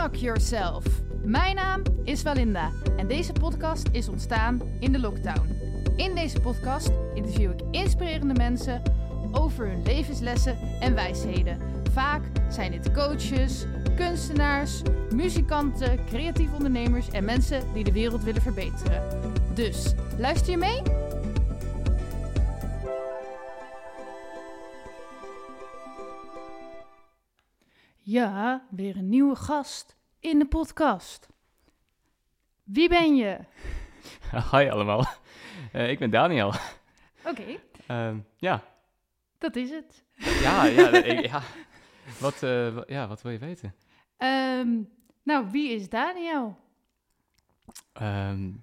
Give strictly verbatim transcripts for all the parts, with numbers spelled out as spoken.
Unlock Yourself. Mijn naam is Valinda en deze podcast is ontstaan in de lockdown. In deze podcast interview ik inspirerende mensen over hun levenslessen en wijsheden. Vaak zijn dit coaches, kunstenaars, muzikanten, creatieve ondernemers en mensen die de wereld willen verbeteren. Dus, luister je mee? Ja, weer een nieuwe gast in de podcast. Wie ben je? Hi allemaal, uh, ik ben Daniel. Oké. Okay. Uh, ja. Dat is het. Ja, ja, ik, ja. Wat, uh, ja, wat wil je weten? Um, nou, wie is Daniel? Um,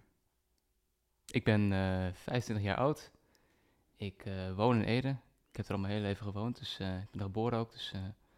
ik ben uh, vijfentwintig jaar oud. Ik uh, woon in Ede. Ik heb er al mijn hele leven gewoond, dus uh, ik ben er geboren ook. Dus, uh,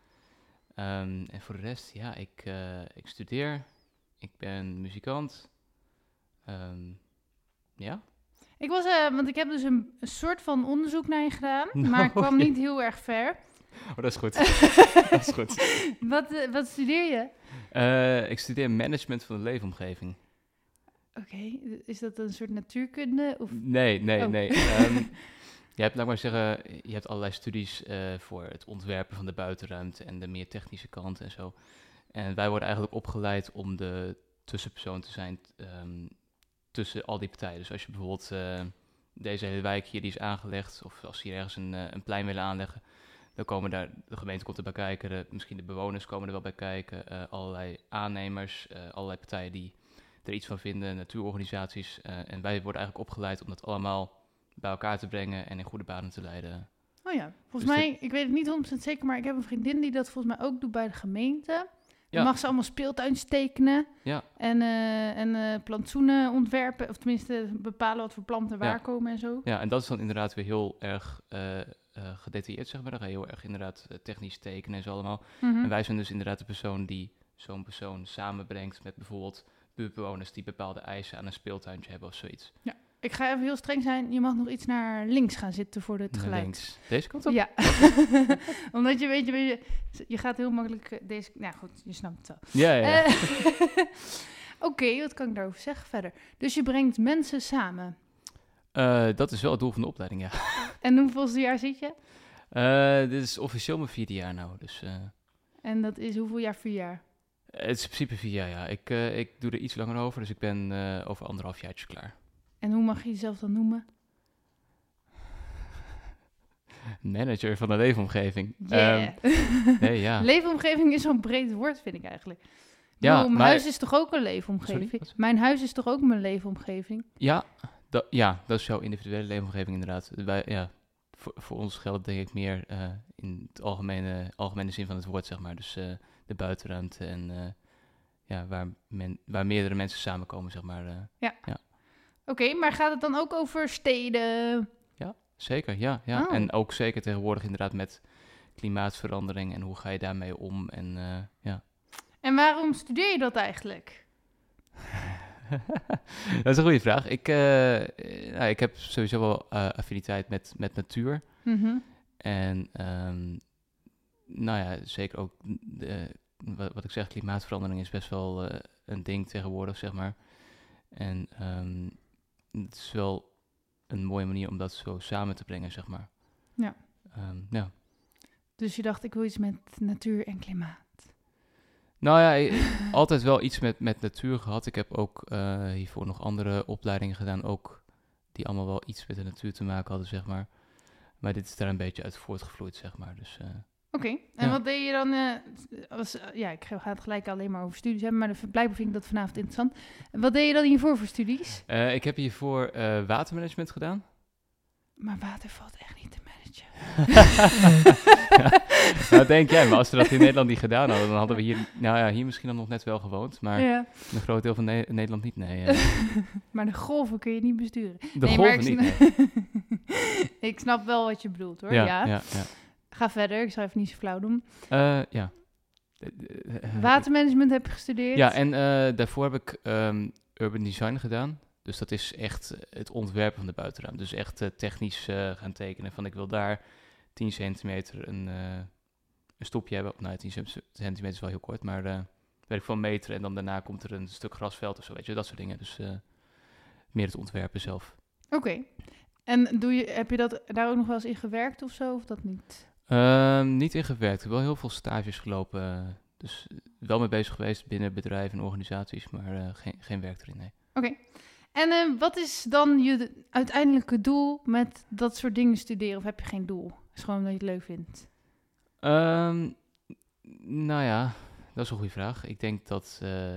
um, en voor de rest, ja, ik, uh, ik studeer. Ik ben muzikant. Um, ja. Ik was, uh, want ik heb dus een, een soort van onderzoek naar je gedaan, no, maar ik kwam niet heel erg ver. Oh, dat is goed. dat is goed. Wat, uh, wat studeer je? Uh, ik studeer management van de leefomgeving. Oké, okay. Is dat een soort natuurkunde? Of? Nee, nee, oh. nee. Um, je hebt, laat maar zeggen, je hebt allerlei studies uh, voor het ontwerpen van de buitenruimte en de meer technische kant en zo. En wij worden eigenlijk opgeleid om de tussenpersoon te zijn um, tussen al die partijen. Dus als je bijvoorbeeld uh, deze hele wijk hier die is aangelegd, of als ze hier ergens een, uh, een plein willen aanleggen, dan komen daar, de gemeente komt erbij kijken, de, misschien de bewoners komen er wel bij kijken, uh, allerlei aannemers, uh, allerlei partijen die er iets van vinden, natuurorganisaties. Uh, en wij worden eigenlijk opgeleid om dat allemaal bij elkaar te brengen en in goede banen te leiden. Oh ja, volgens dus mij, dit... ik weet het niet honderd procent zeker, maar ik heb een vriendin die dat volgens mij ook doet bij de gemeente. Dan ja. mag ze allemaal speeltuins tekenen ja. en, uh, en uh, plantsoenen ontwerpen, of tenminste bepalen wat voor planten waar ja. komen en zo. Ja, en dat is dan inderdaad weer heel erg uh, uh, gedetailleerd, zeg maar. Dan ga je heel erg inderdaad uh, technisch tekenen en zo allemaal. Mm-hmm. En wij zijn dus inderdaad de persoon die zo'n persoon samenbrengt met bijvoorbeeld buurtbewoners die bepaalde eisen aan een speeltuintje hebben of zoiets. Ja, ik ga even heel streng zijn. Je mag nog iets naar links gaan zitten voor het geluid. Links. Deze kant op? Ja. Omdat je weet, je, weet je, je gaat heel makkelijk deze... Nou goed, je snapt het wel. Ja, ja. ja. Uh, Oké, okay, wat kan ik daarover zeggen verder? Dus je brengt mensen samen. Uh, dat is wel het doel van de opleiding, ja. En hoeveelste jaar zit je? Uh, dit is officieel mijn vierde jaar nou, dus... Uh... En dat is hoeveel jaar, vier jaar? Het is in principe vier jaar, ja. Ik, uh, ik doe er iets langer over, dus ik ben uh, over anderhalf jaartjes klaar. En hoe mag je jezelf dan noemen? Manager van de leefomgeving. Yeah. Um, nee, ja. Leefomgeving is zo'n breed woord, vind ik eigenlijk. Ja, bedoel, mijn maar... huis is toch ook een leefomgeving? Sorry, mijn huis is toch ook mijn leefomgeving? Ja, da- ja, dat is jouw individuele leefomgeving inderdaad. Wij, ja, voor, voor ons geldt denk ik meer uh, in het algemene, algemene zin van het woord, zeg maar. Dus uh, de buitenruimte en uh, ja, waar, men, waar meerdere mensen samenkomen, zeg maar. Uh, ja. ja. Oké, okay, maar gaat het dan ook over steden? Ja, zeker, ja. ja. Oh. En ook zeker tegenwoordig inderdaad met klimaatverandering en hoe ga je daarmee om en uh, ja. En waarom studeer je dat eigenlijk? Dat is een goede vraag. Ik, uh, nou, ik heb sowieso wel uh, affiniteit met, met natuur. Mm-hmm. En um, nou ja, zeker ook de, wat, wat ik zeg, klimaatverandering is best wel uh, een ding tegenwoordig, zeg maar. En um, het is wel een mooie manier om dat zo samen te brengen, zeg maar. Ja. Um, ja. Dus je dacht, ik wil iets met natuur en klimaat. Nou ja, ik, altijd wel iets met, met natuur gehad. Ik heb ook uh, hiervoor nog andere opleidingen gedaan, ook die allemaal wel iets met de natuur te maken hadden, zeg maar. Maar dit is daar een beetje uit voortgevloeid, zeg maar. Dus, uh, Oké, okay. En ja. wat deed je dan? Uh, was, uh, ja, ik ga het gelijk alleen maar over studies hebben, maar de, blijkbaar vind ik dat vanavond interessant. Wat deed je dan hiervoor voor studies? Uh, ik heb hiervoor uh, watermanagement gedaan. Maar water valt echt niet te managen. ja, nou, denk jij, maar als we dat in Nederland niet gedaan hadden, dan hadden we hier, nou ja, hier misschien dan nog net wel gewoond, maar ja. een groot deel van ne- Nederland niet, nee. Uh. Maar de golven kun je niet besturen. De nee, golven ik niet, snap... nee. Ik snap wel wat je bedoelt, hoor. Ja, ja. ja, ja. Ga verder, ik zal even niet zo flauw doen. Uh, ja. Watermanagement heb je gestudeerd? Ja, en uh, daarvoor heb ik um, urban design gedaan. Dus dat is echt het ontwerpen van de buitenruimte. Dus echt uh, technisch uh, gaan tekenen van ik wil daar tien centimeter een, uh, een stoepje hebben. Nou, tien centimeter is wel heel kort, maar uh, we weet ik veel, meteren en dan daarna komt er een stuk grasveld of zo, weet je, dat soort dingen. Dus uh, meer het ontwerpen zelf. Oké. Okay. En doe je, heb je dat daar ook nog wel eens in gewerkt of zo, of dat niet? Uh, niet in gewerkt. Ik heb wel heel veel stages gelopen. Dus wel mee bezig geweest binnen bedrijven en organisaties, maar uh, geen, geen werk erin, nee. Oké. Okay. En uh, wat is dan je uiteindelijke doel met dat soort dingen studeren? Of heb je geen doel? Het is gewoon dat je het leuk vindt. Um, nou ja, dat is een goede vraag. Ik denk dat... Uh,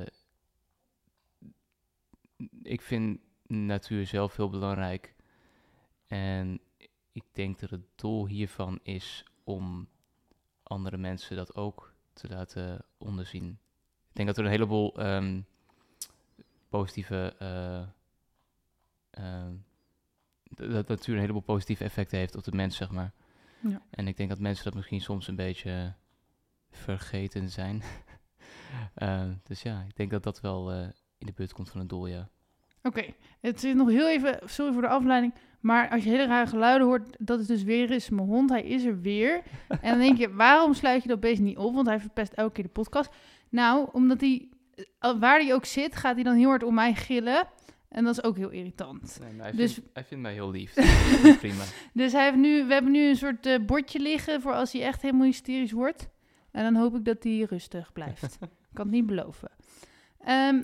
ik vind natuur zelf heel belangrijk. En ik denk dat het doel hiervan is om andere mensen dat ook te laten onderzien. Ik denk dat er een heleboel um, positieve... Uh, uh, dat natuur een heleboel positieve effecten heeft op de mens, zeg maar. Ja. En ik denk dat mensen dat misschien soms een beetje vergeten zijn. uh, dus ja, ik denk dat dat wel uh, in de buurt komt van het doel, ja. Oké, okay. Het is nog heel even, sorry voor de afleiding, maar als je hele rare geluiden hoort, dat is dus weer is mijn hond, hij is er weer. En dan denk je, waarom sluit je dat beest niet op? Want hij verpest elke keer de podcast. Nou, omdat hij, waar hij ook zit, gaat hij dan heel hard om mij gillen. En dat is ook heel irritant. Nee, maar hij, dus, vindt, hij vindt mij heel lief. Prima. Dus hij heeft nu, we hebben nu een soort uh, bordje liggen voor als hij echt helemaal hysterisch wordt. En dan hoop ik dat hij rustig blijft. Ik kan het niet beloven. Um,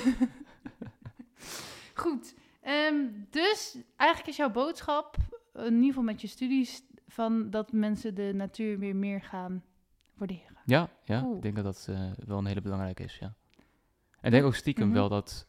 Goed. Um, dus eigenlijk is jouw boodschap, in ieder geval met je studies, van dat mensen de natuur weer meer gaan waarderen. Ja, ja ik denk dat dat uh, wel een hele belangrijke is, ja. En ik denk ook stiekem mm-hmm. wel dat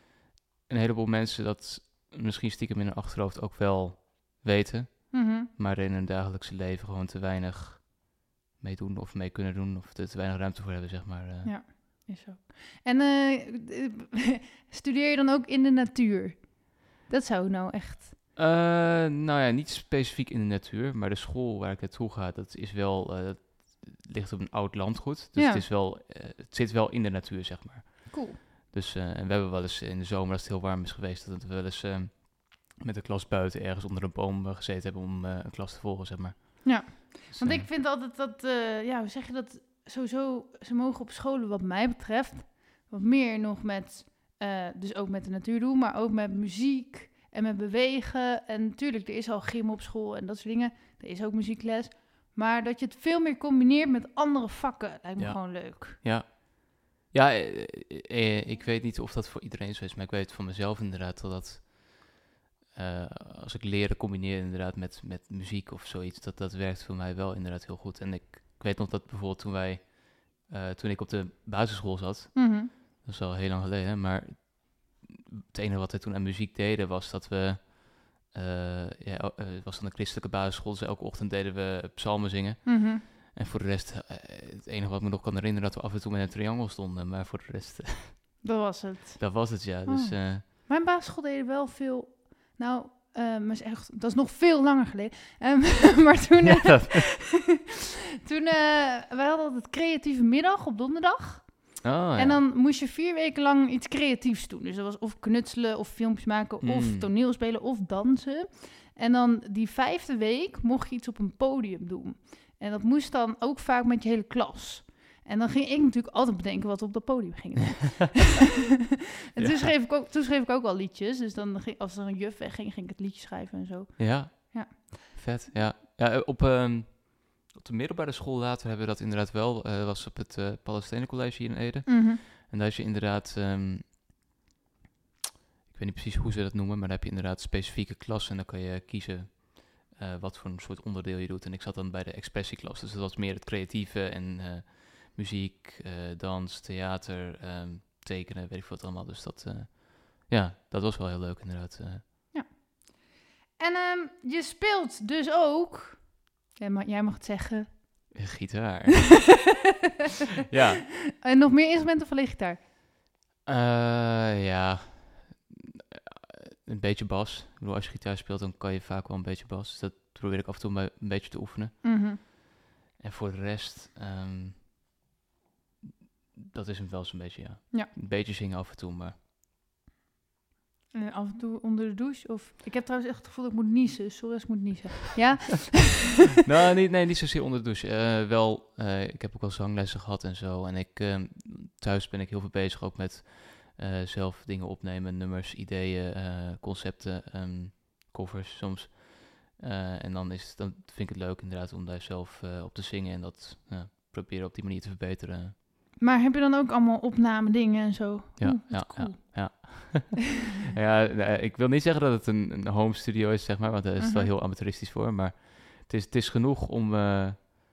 een heleboel mensen dat misschien stiekem in hun achterhoofd ook wel weten, mm-hmm. maar in hun dagelijkse leven gewoon te weinig mee doen of mee kunnen doen of er te weinig ruimte voor hebben, zeg maar. Uh. Ja, is zo. En uh, studeer je dan ook in de natuur? Dat zou nou echt... Uh, nou ja, niet specifiek in de natuur, maar de school waar ik naartoe ga, dat is wel, uh, dat ligt op een oud landgoed, dus ja. het is wel, uh, het zit wel in de natuur, zeg maar. Cool. Dus uh, en we hebben wel eens in de zomer, als het heel warm is geweest, dat we wel eens uh, met de klas buiten ergens onder een boom uh, gezeten hebben om uh, een klas te volgen, zeg maar. Ja, dus, want uh, ik vind altijd dat, uh, ja, hoe zeg je dat, sowieso, ze mogen op scholen wat mij betreft wat meer nog met, uh, dus ook met de natuur doen, maar ook met muziek en met bewegen. En natuurlijk, er is al gym op school en dat soort dingen, er is ook muziekles. Maar dat je het veel meer combineert met andere vakken, lijkt me ja. gewoon leuk. Ja. Ja, eh, eh, ik weet niet of dat voor iedereen zo is, maar ik weet van mezelf inderdaad dat dat, uh, als ik leren combineer inderdaad met, met muziek of zoiets, dat dat werkt voor mij wel inderdaad heel goed. En ik, ik weet nog dat bijvoorbeeld toen wij, uh, toen ik op de basisschool zat, mm-hmm. dat is al heel lang geleden, maar het enige wat we toen aan muziek deden was dat we, uh, ja, uh, het was dan een christelijke basisschool, dus elke ochtend deden we psalmen zingen. Mm-hmm. En voor de rest, uh, het enige wat me nog kan herinneren, dat we af en toe met een triangel stonden. Maar voor de rest... Uh, dat was het. Dat was het, ja. Oh. Dus, uh, Mijn basisschool deed wel veel... Nou, uh, maar is echt, dat is nog veel langer geleden. Um, maar toen... Uh, ja, toen uh, wij hadden altijd creatieve middag op donderdag. Oh, ja. En dan moest je vier weken lang iets creatiefs doen. Dus dat was of knutselen, of filmpjes maken, mm. of toneelspelen, of dansen. En dan die vijfde week mocht je iets op een podium doen. En dat moest dan ook vaak met je hele klas. En dan ging ik natuurlijk altijd bedenken wat we op dat podium gingen doen. en ja. toen, schreef ik ook, toen schreef ik ook al liedjes. Dus dan ging, als er een juf wegging, ging ik het liedje schrijven en zo. Ja, ja. Vet. Ja, ja op, um, op de middelbare school later hebben we dat inderdaad wel. Uh, was op het uh, Palestijnen College hier in Ede. Mm-hmm. En daar is je inderdaad... Um, ik weet niet precies hoe ze dat noemen, maar daar heb je inderdaad specifieke klassen. En dan kan je kiezen... Uh, wat voor een soort onderdeel je doet. En ik zat dan bij de expressieklas. Dus dat was meer het creatieve en uh, muziek, uh, dans, theater, um, tekenen, weet ik wat allemaal. Dus dat, uh, ja, dat was wel heel leuk inderdaad. Uh. Ja. En um, je speelt dus ook, jij mag, jij mag het zeggen. Gitaar. Ja. En nog meer instrumenten of alleen gitaar? Uh, ja... Een beetje bas. Ik bedoel, als je gitaar speelt, dan kan je vaak wel een beetje bas. Dus dat probeer ik af en toe een beetje te oefenen. Mm-hmm. En voor de rest, um, dat is hem wel zo'n beetje, ja. ja. Een beetje zingen af en toe, maar... Uh, af en toe onder de douche? Of... Ik heb trouwens echt het gevoel dat ik moet niezen. Sorry als ik moet niezen. Ja? nou, niet, nee, niet zozeer onder de douche. Uh, wel, uh, ik heb ook wel zanglessen gehad en zo. En ik, uh, thuis ben ik heel veel bezig ook met uh, zelf dingen opnemen, nummers, ideeën, uh, concepten, um, covers soms. Uh, en dan, is het, dan vind ik het leuk inderdaad om daar zelf uh, op te zingen en dat uh, proberen op die manier te verbeteren. Maar heb je dan ook allemaal opname dingen en zo? Ja, Oeh, ja, cool. ja, ja. ja nee, ik wil niet zeggen dat het een, een home studio is, zeg maar, want daar is het uh-huh. wel heel amateuristisch voor. Maar het is, het is genoeg om, uh,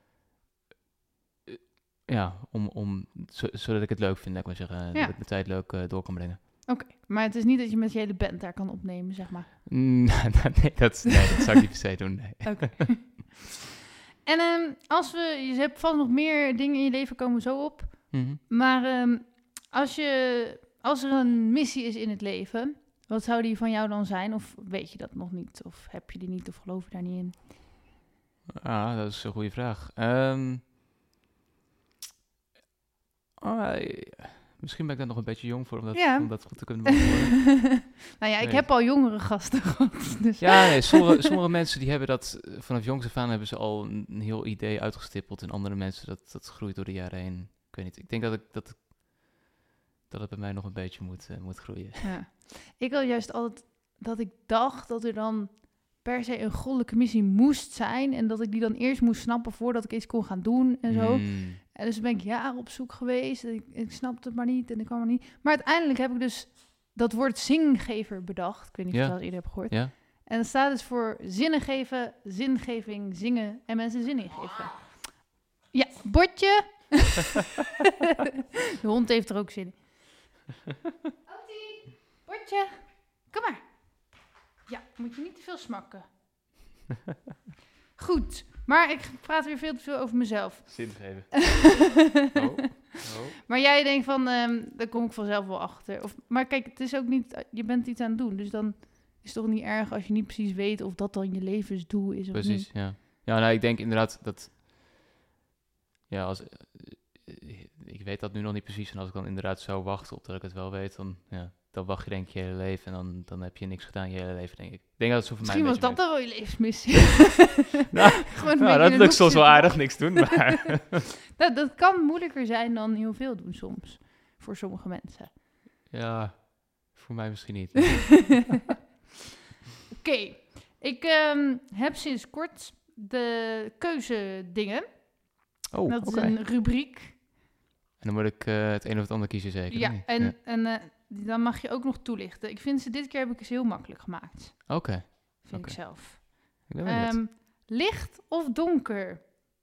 ja, om, om zo, zodat ik het leuk vind, laat ik maar zeggen. Ja. Dat ik mijn tijd leuk uh, door kan brengen. Oké, okay, maar het is niet dat je met je hele band daar kan opnemen, zeg maar? Mm, nee, dat, nee, dat zou ik niet per se doen, nee. Oké. Okay. En um, als we, je hebt vast nog meer dingen in je leven komen zo op. Mm-hmm. Maar um, als, je, als er een missie is in het leven, wat zou die van jou dan zijn? Of weet je dat nog niet? Of heb je die niet? Of geloof je daar niet in? Ah, dat is een goede vraag. Um, oh, misschien ben ik daar nog een beetje jong voor om dat, ja. om dat goed te kunnen beantwoorden. Nou ja, ik nee. heb al jongere gasten gehad. Dus. Ja, nee, sommige, sommige mensen die hebben dat, vanaf jongs af aan hebben ze al een, een heel idee uitgestippeld. En andere mensen, dat, dat groeit door de jaren heen. Ik weet niet, ik denk dat, ik, dat, dat het bij mij nog een beetje moet, uh, moet groeien. Ja. Ik had juist altijd dat ik dacht dat er dan per se een goddelijke missie moest zijn. En dat ik die dan eerst moest snappen voordat ik iets kon gaan doen en zo. Mm. En dus ben ik jaren op zoek geweest. En ik, ik snapte het maar niet en ik kwam er niet. Maar uiteindelijk heb ik dus dat woord zinggever bedacht. Ik weet niet of je Ja. dat eerder hebt gehoord. Ja. En dat staat dus voor zinnen geven, zingeving, zingen en mensen zin in geven. Ja, bordje. De hond heeft er ook zin in. Ottie, bordje. Kom maar. Ja, moet je niet te veel smakken. Goed, maar ik praat weer veel te veel over mezelf. Zin geven. oh. Oh. Maar jij denkt van, um, daar kom ik vanzelf wel achter. Of, maar kijk, het is ook niet, je bent iets aan het doen. Dus dan is het toch niet erg als je niet precies weet of dat dan je levensdoel is of Precies, niet. ja. Ja, nou, ik denk inderdaad dat... Ja, als... Ik weet dat nu nog niet precies. En als ik dan inderdaad zou wachten op dat ik het wel weet, dan... Ja, dan wacht je denk ik je hele leven en dan, dan heb je niks gedaan je hele leven, denk ik. Ik denk dat het zo voor Misschien mij was dat dan wel je levensmissie. nou, Gewoon nou dat lukt soms wel aardig, niks doen, maar... dat, dat kan moeilijker zijn dan heel veel doen soms. Voor sommige mensen. Ja, voor mij misschien niet. Oké, okay. ik um, heb sinds kort de keuzedingen. Oh, dat okay. is een rubriek. En dan moet ik uh, het een of het ander kiezen zeker? Ja, nee. en, ja. en uh, dan mag je ook nog toelichten. Ik vind ze dit keer heb ik ze heel makkelijk gemaakt. Oké. Okay. Vind okay. ik zelf. Ik ben benieuwd. Um, licht of donker?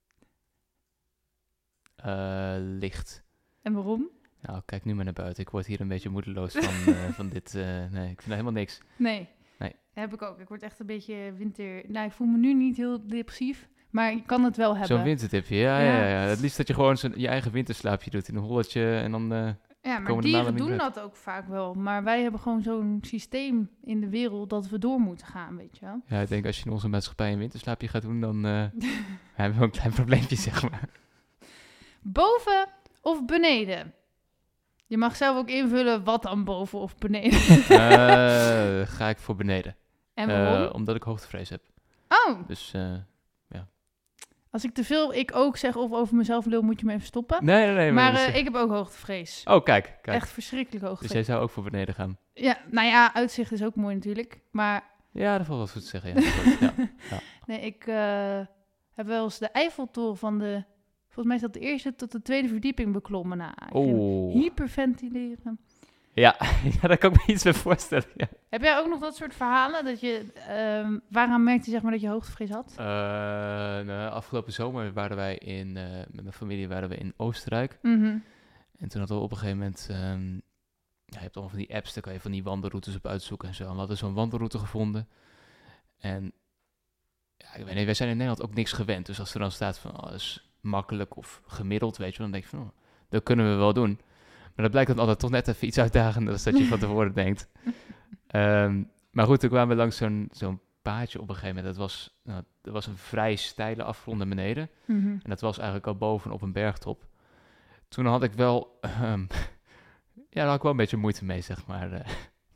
Uh, licht. En waarom? Nou, kijk nu maar naar buiten. Ik word hier een beetje moedeloos van, uh, van dit. Uh, nee, ik vind er helemaal niks. Nee. Nee. Dat heb ik ook. Ik word echt een beetje winter... Nou, ik voel me nu niet heel depressief. Maar ik kan het wel hebben. Zo'n wintertipje, ja, ja. ja, ja. Het liefst dat je gewoon zo je eigen winterslaapje doet in een holletje en dan... Uh, ja, maar dieren doen dat ook vaak wel. Maar wij hebben gewoon zo'n systeem in de wereld dat we door moeten gaan, weet je wel. Ja, ik denk als je in onze maatschappij een winterslaapje gaat doen, dan uh, hebben we een klein probleempje, zeg maar. Boven of beneden? Je mag zelf ook invullen wat dan boven of beneden. uh, ga ik voor beneden. En waarom? Uh, omdat ik hoogtevrees heb. Oh! Dus... Uh, Als ik te veel ik ook zeg of over mezelf lul, moet je me even stoppen. Nee, nee, nee. Maar dus, uh, ik heb ook hoogtevrees. Oh, kijk, kijk. Echt verschrikkelijk hoogtevrees. Dus jij zou ook voor beneden gaan? Ja, nou ja, uitzicht is ook mooi natuurlijk. Maar... Ja, dat valt wel goed te zeggen, ja. ja, ja. Nee, ik uh, heb wel eens de Eiffeltoren van de... Volgens mij is dat de eerste tot de tweede verdieping beklommen. Nou, oh. Hyperventileren. Ja, ja, daar kan ik me iets bij voorstellen. Ja. Heb jij ook nog dat soort verhalen? Dat je, um, waaraan merkte je zeg maar dat je hoogtevrees had? Uh, nou, afgelopen zomer waren wij in, uh, met mijn familie waren we in Oostenrijk. Mm-hmm. En toen hadden we op een gegeven moment, um, ja, je hebt allemaal van die apps, daar kan je van die wandelroutes op uitzoeken en zo. En we hadden zo'n wandelroute gevonden. En ja, ik weet niet, wij zijn in Nederland ook niks gewend. Dus als er dan staat van, oh, dat is makkelijk of gemiddeld, weet je wel, dan denk je van, oh, dat kunnen we wel doen. Maar dat blijkt dan altijd toch net even iets uitdagender dan dat je van tevoren denkt. Um, maar goed, toen kwamen we langs zo'n, zo'n paadje op een gegeven moment. Dat was, nou, dat was een vrij steile afgrond naar beneden. Mm-hmm. En dat was eigenlijk al boven op een bergtop. Toen had ik wel... Um, ja, daar had ik wel een beetje moeite mee, zeg maar. Uh,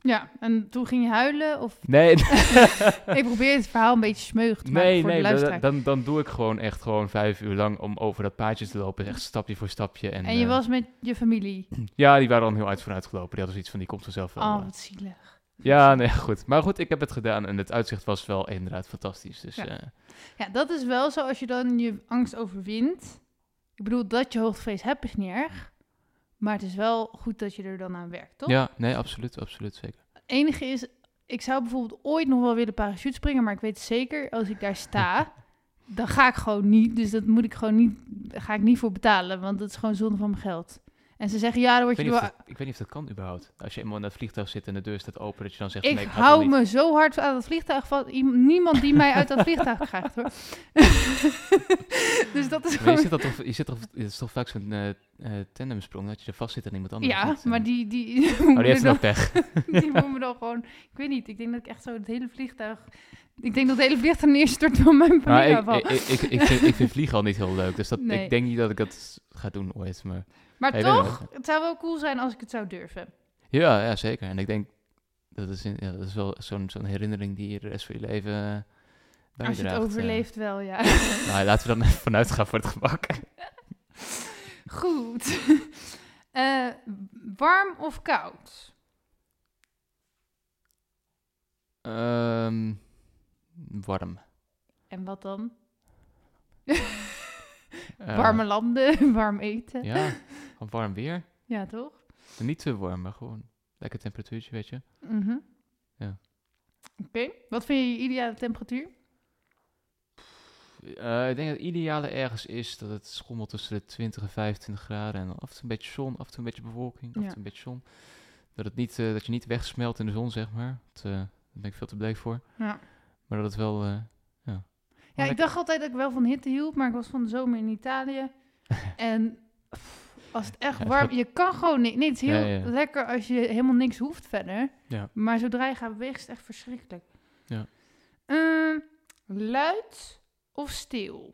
Ja, en toen ging je huilen? Of... Nee. Ik probeer het verhaal een beetje smeuig te maken nee, voor nee, de luisteraar. dan, dan doe ik gewoon echt gewoon vijf uur lang om over dat paadje te lopen. Echt stapje voor stapje. En, En je uh, was met je familie? Ja, die waren al heel uit vooruit gelopen. Die hadden zoiets van, die komt vanzelf wel. Oh, uh. wat zielig. Ja, nee, goed. Maar goed, ik heb het gedaan en het uitzicht was wel inderdaad fantastisch. Dus, ja. Uh, ja, dat is wel zo als je dan je angst overwint. Ik bedoel, dat je hoogtevrees hebt is niet erg. Maar het is wel goed dat je er dan aan werkt, toch? Ja, nee, absoluut, absoluut, zeker. Het enige is, ik zou bijvoorbeeld ooit nog wel willen parachute springen, maar ik weet zeker, als ik daar sta, dan ga ik gewoon niet. Dus dat moet ik gewoon niet, daar ga ik niet voor betalen, want dat is gewoon zonde van mijn geld. En ze zeggen, ja, dan word Ik je weet, door... niet of dat, ik weet niet of dat kan überhaupt. Als je eenmaal in dat vliegtuig zit en de deur staat open, dat je dan zegt... Ik nee, ik ga hou toch niet. me zo hard aan het vliegtuig van niemand die mij uit dat vliegtuig krijgt, hoor. Dus dat is Maar gewoon... je zit, dat toch, je zit toch, het is toch vaak zo'n uh, uh, tandemsprong, dat je er vast zit en iemand anders Ja, niet, uh. maar die... die Oh, die heeft nog pech. Die moet me dan gewoon... Ik weet niet, ik denk dat ik echt zo het hele vliegtuig... Ik denk dat het hele vliegtuig neerstort van mijn paniekaanval. Ik, ik, ik, ik, vind, ik vind vliegen al niet heel leuk, dus dat, Nee. ik denk niet dat ik dat ga doen ooit. Maar, maar hey, toch, het zou wel cool zijn als ik het zou durven. Ja, ja, zeker. En ik denk, dat is, in, ja, dat is wel zo'n, zo'n herinnering die je de rest van je leven uh, bijdraagt. Als je het overleeft uh. wel, ja. Nou, laten we dan even vanuit gaan voor het gemak. Goed. Uh, warm of koud? Um, warm. En wat dan? Uh, Warme landen, warm eten. Ja, gewoon warm weer. Ja, toch? Niet te warm, maar gewoon lekker temperatuurtje, weet je. Mm-hmm. Ja. Oké. Okay. Wat vind je je ideale temperatuur? Uh, ik denk dat het ideale ergens is dat het schommelt tussen de twintig en vijfentwintig graden. En af en toe een beetje zon, af en toe een beetje bewolking, af en ja. toe een beetje zon. Dat, het niet, uh, dat je niet wegsmelt in de zon, zeg maar. Dat, uh, daar ben ik veel te bleek voor. Ja. Maar dat het wel... Uh, ja, ja ik dacht altijd dat ik wel van hitte hield, maar ik was van de zomer in Italië. En pff, als het echt warm... Je kan gewoon niet... Nee, het is heel ja, ja. lekker als je helemaal niks hoeft verder. Ja. Maar zodra je gaat bewegen is het echt verschrikkelijk. Ja. Uh, luid of stil?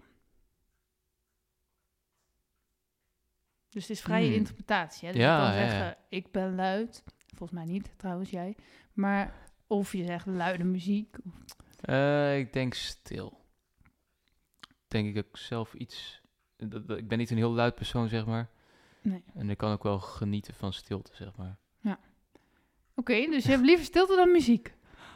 Dus het is vrije hmm. interpretatie. Hè? Dus ja, je kan ja, zeggen, ja. ik ben luid. Volgens mij niet, trouwens jij. Maar of je zegt luide muziek. Of... Uh, ik denk stil. Denk ik ook zelf iets... Dat, dat, ik ben niet een heel luid persoon, zeg maar. Nee. En ik kan ook wel genieten van stilte, zeg maar. Ja. Oké, okay, dus je hebt liever stilte dan muziek?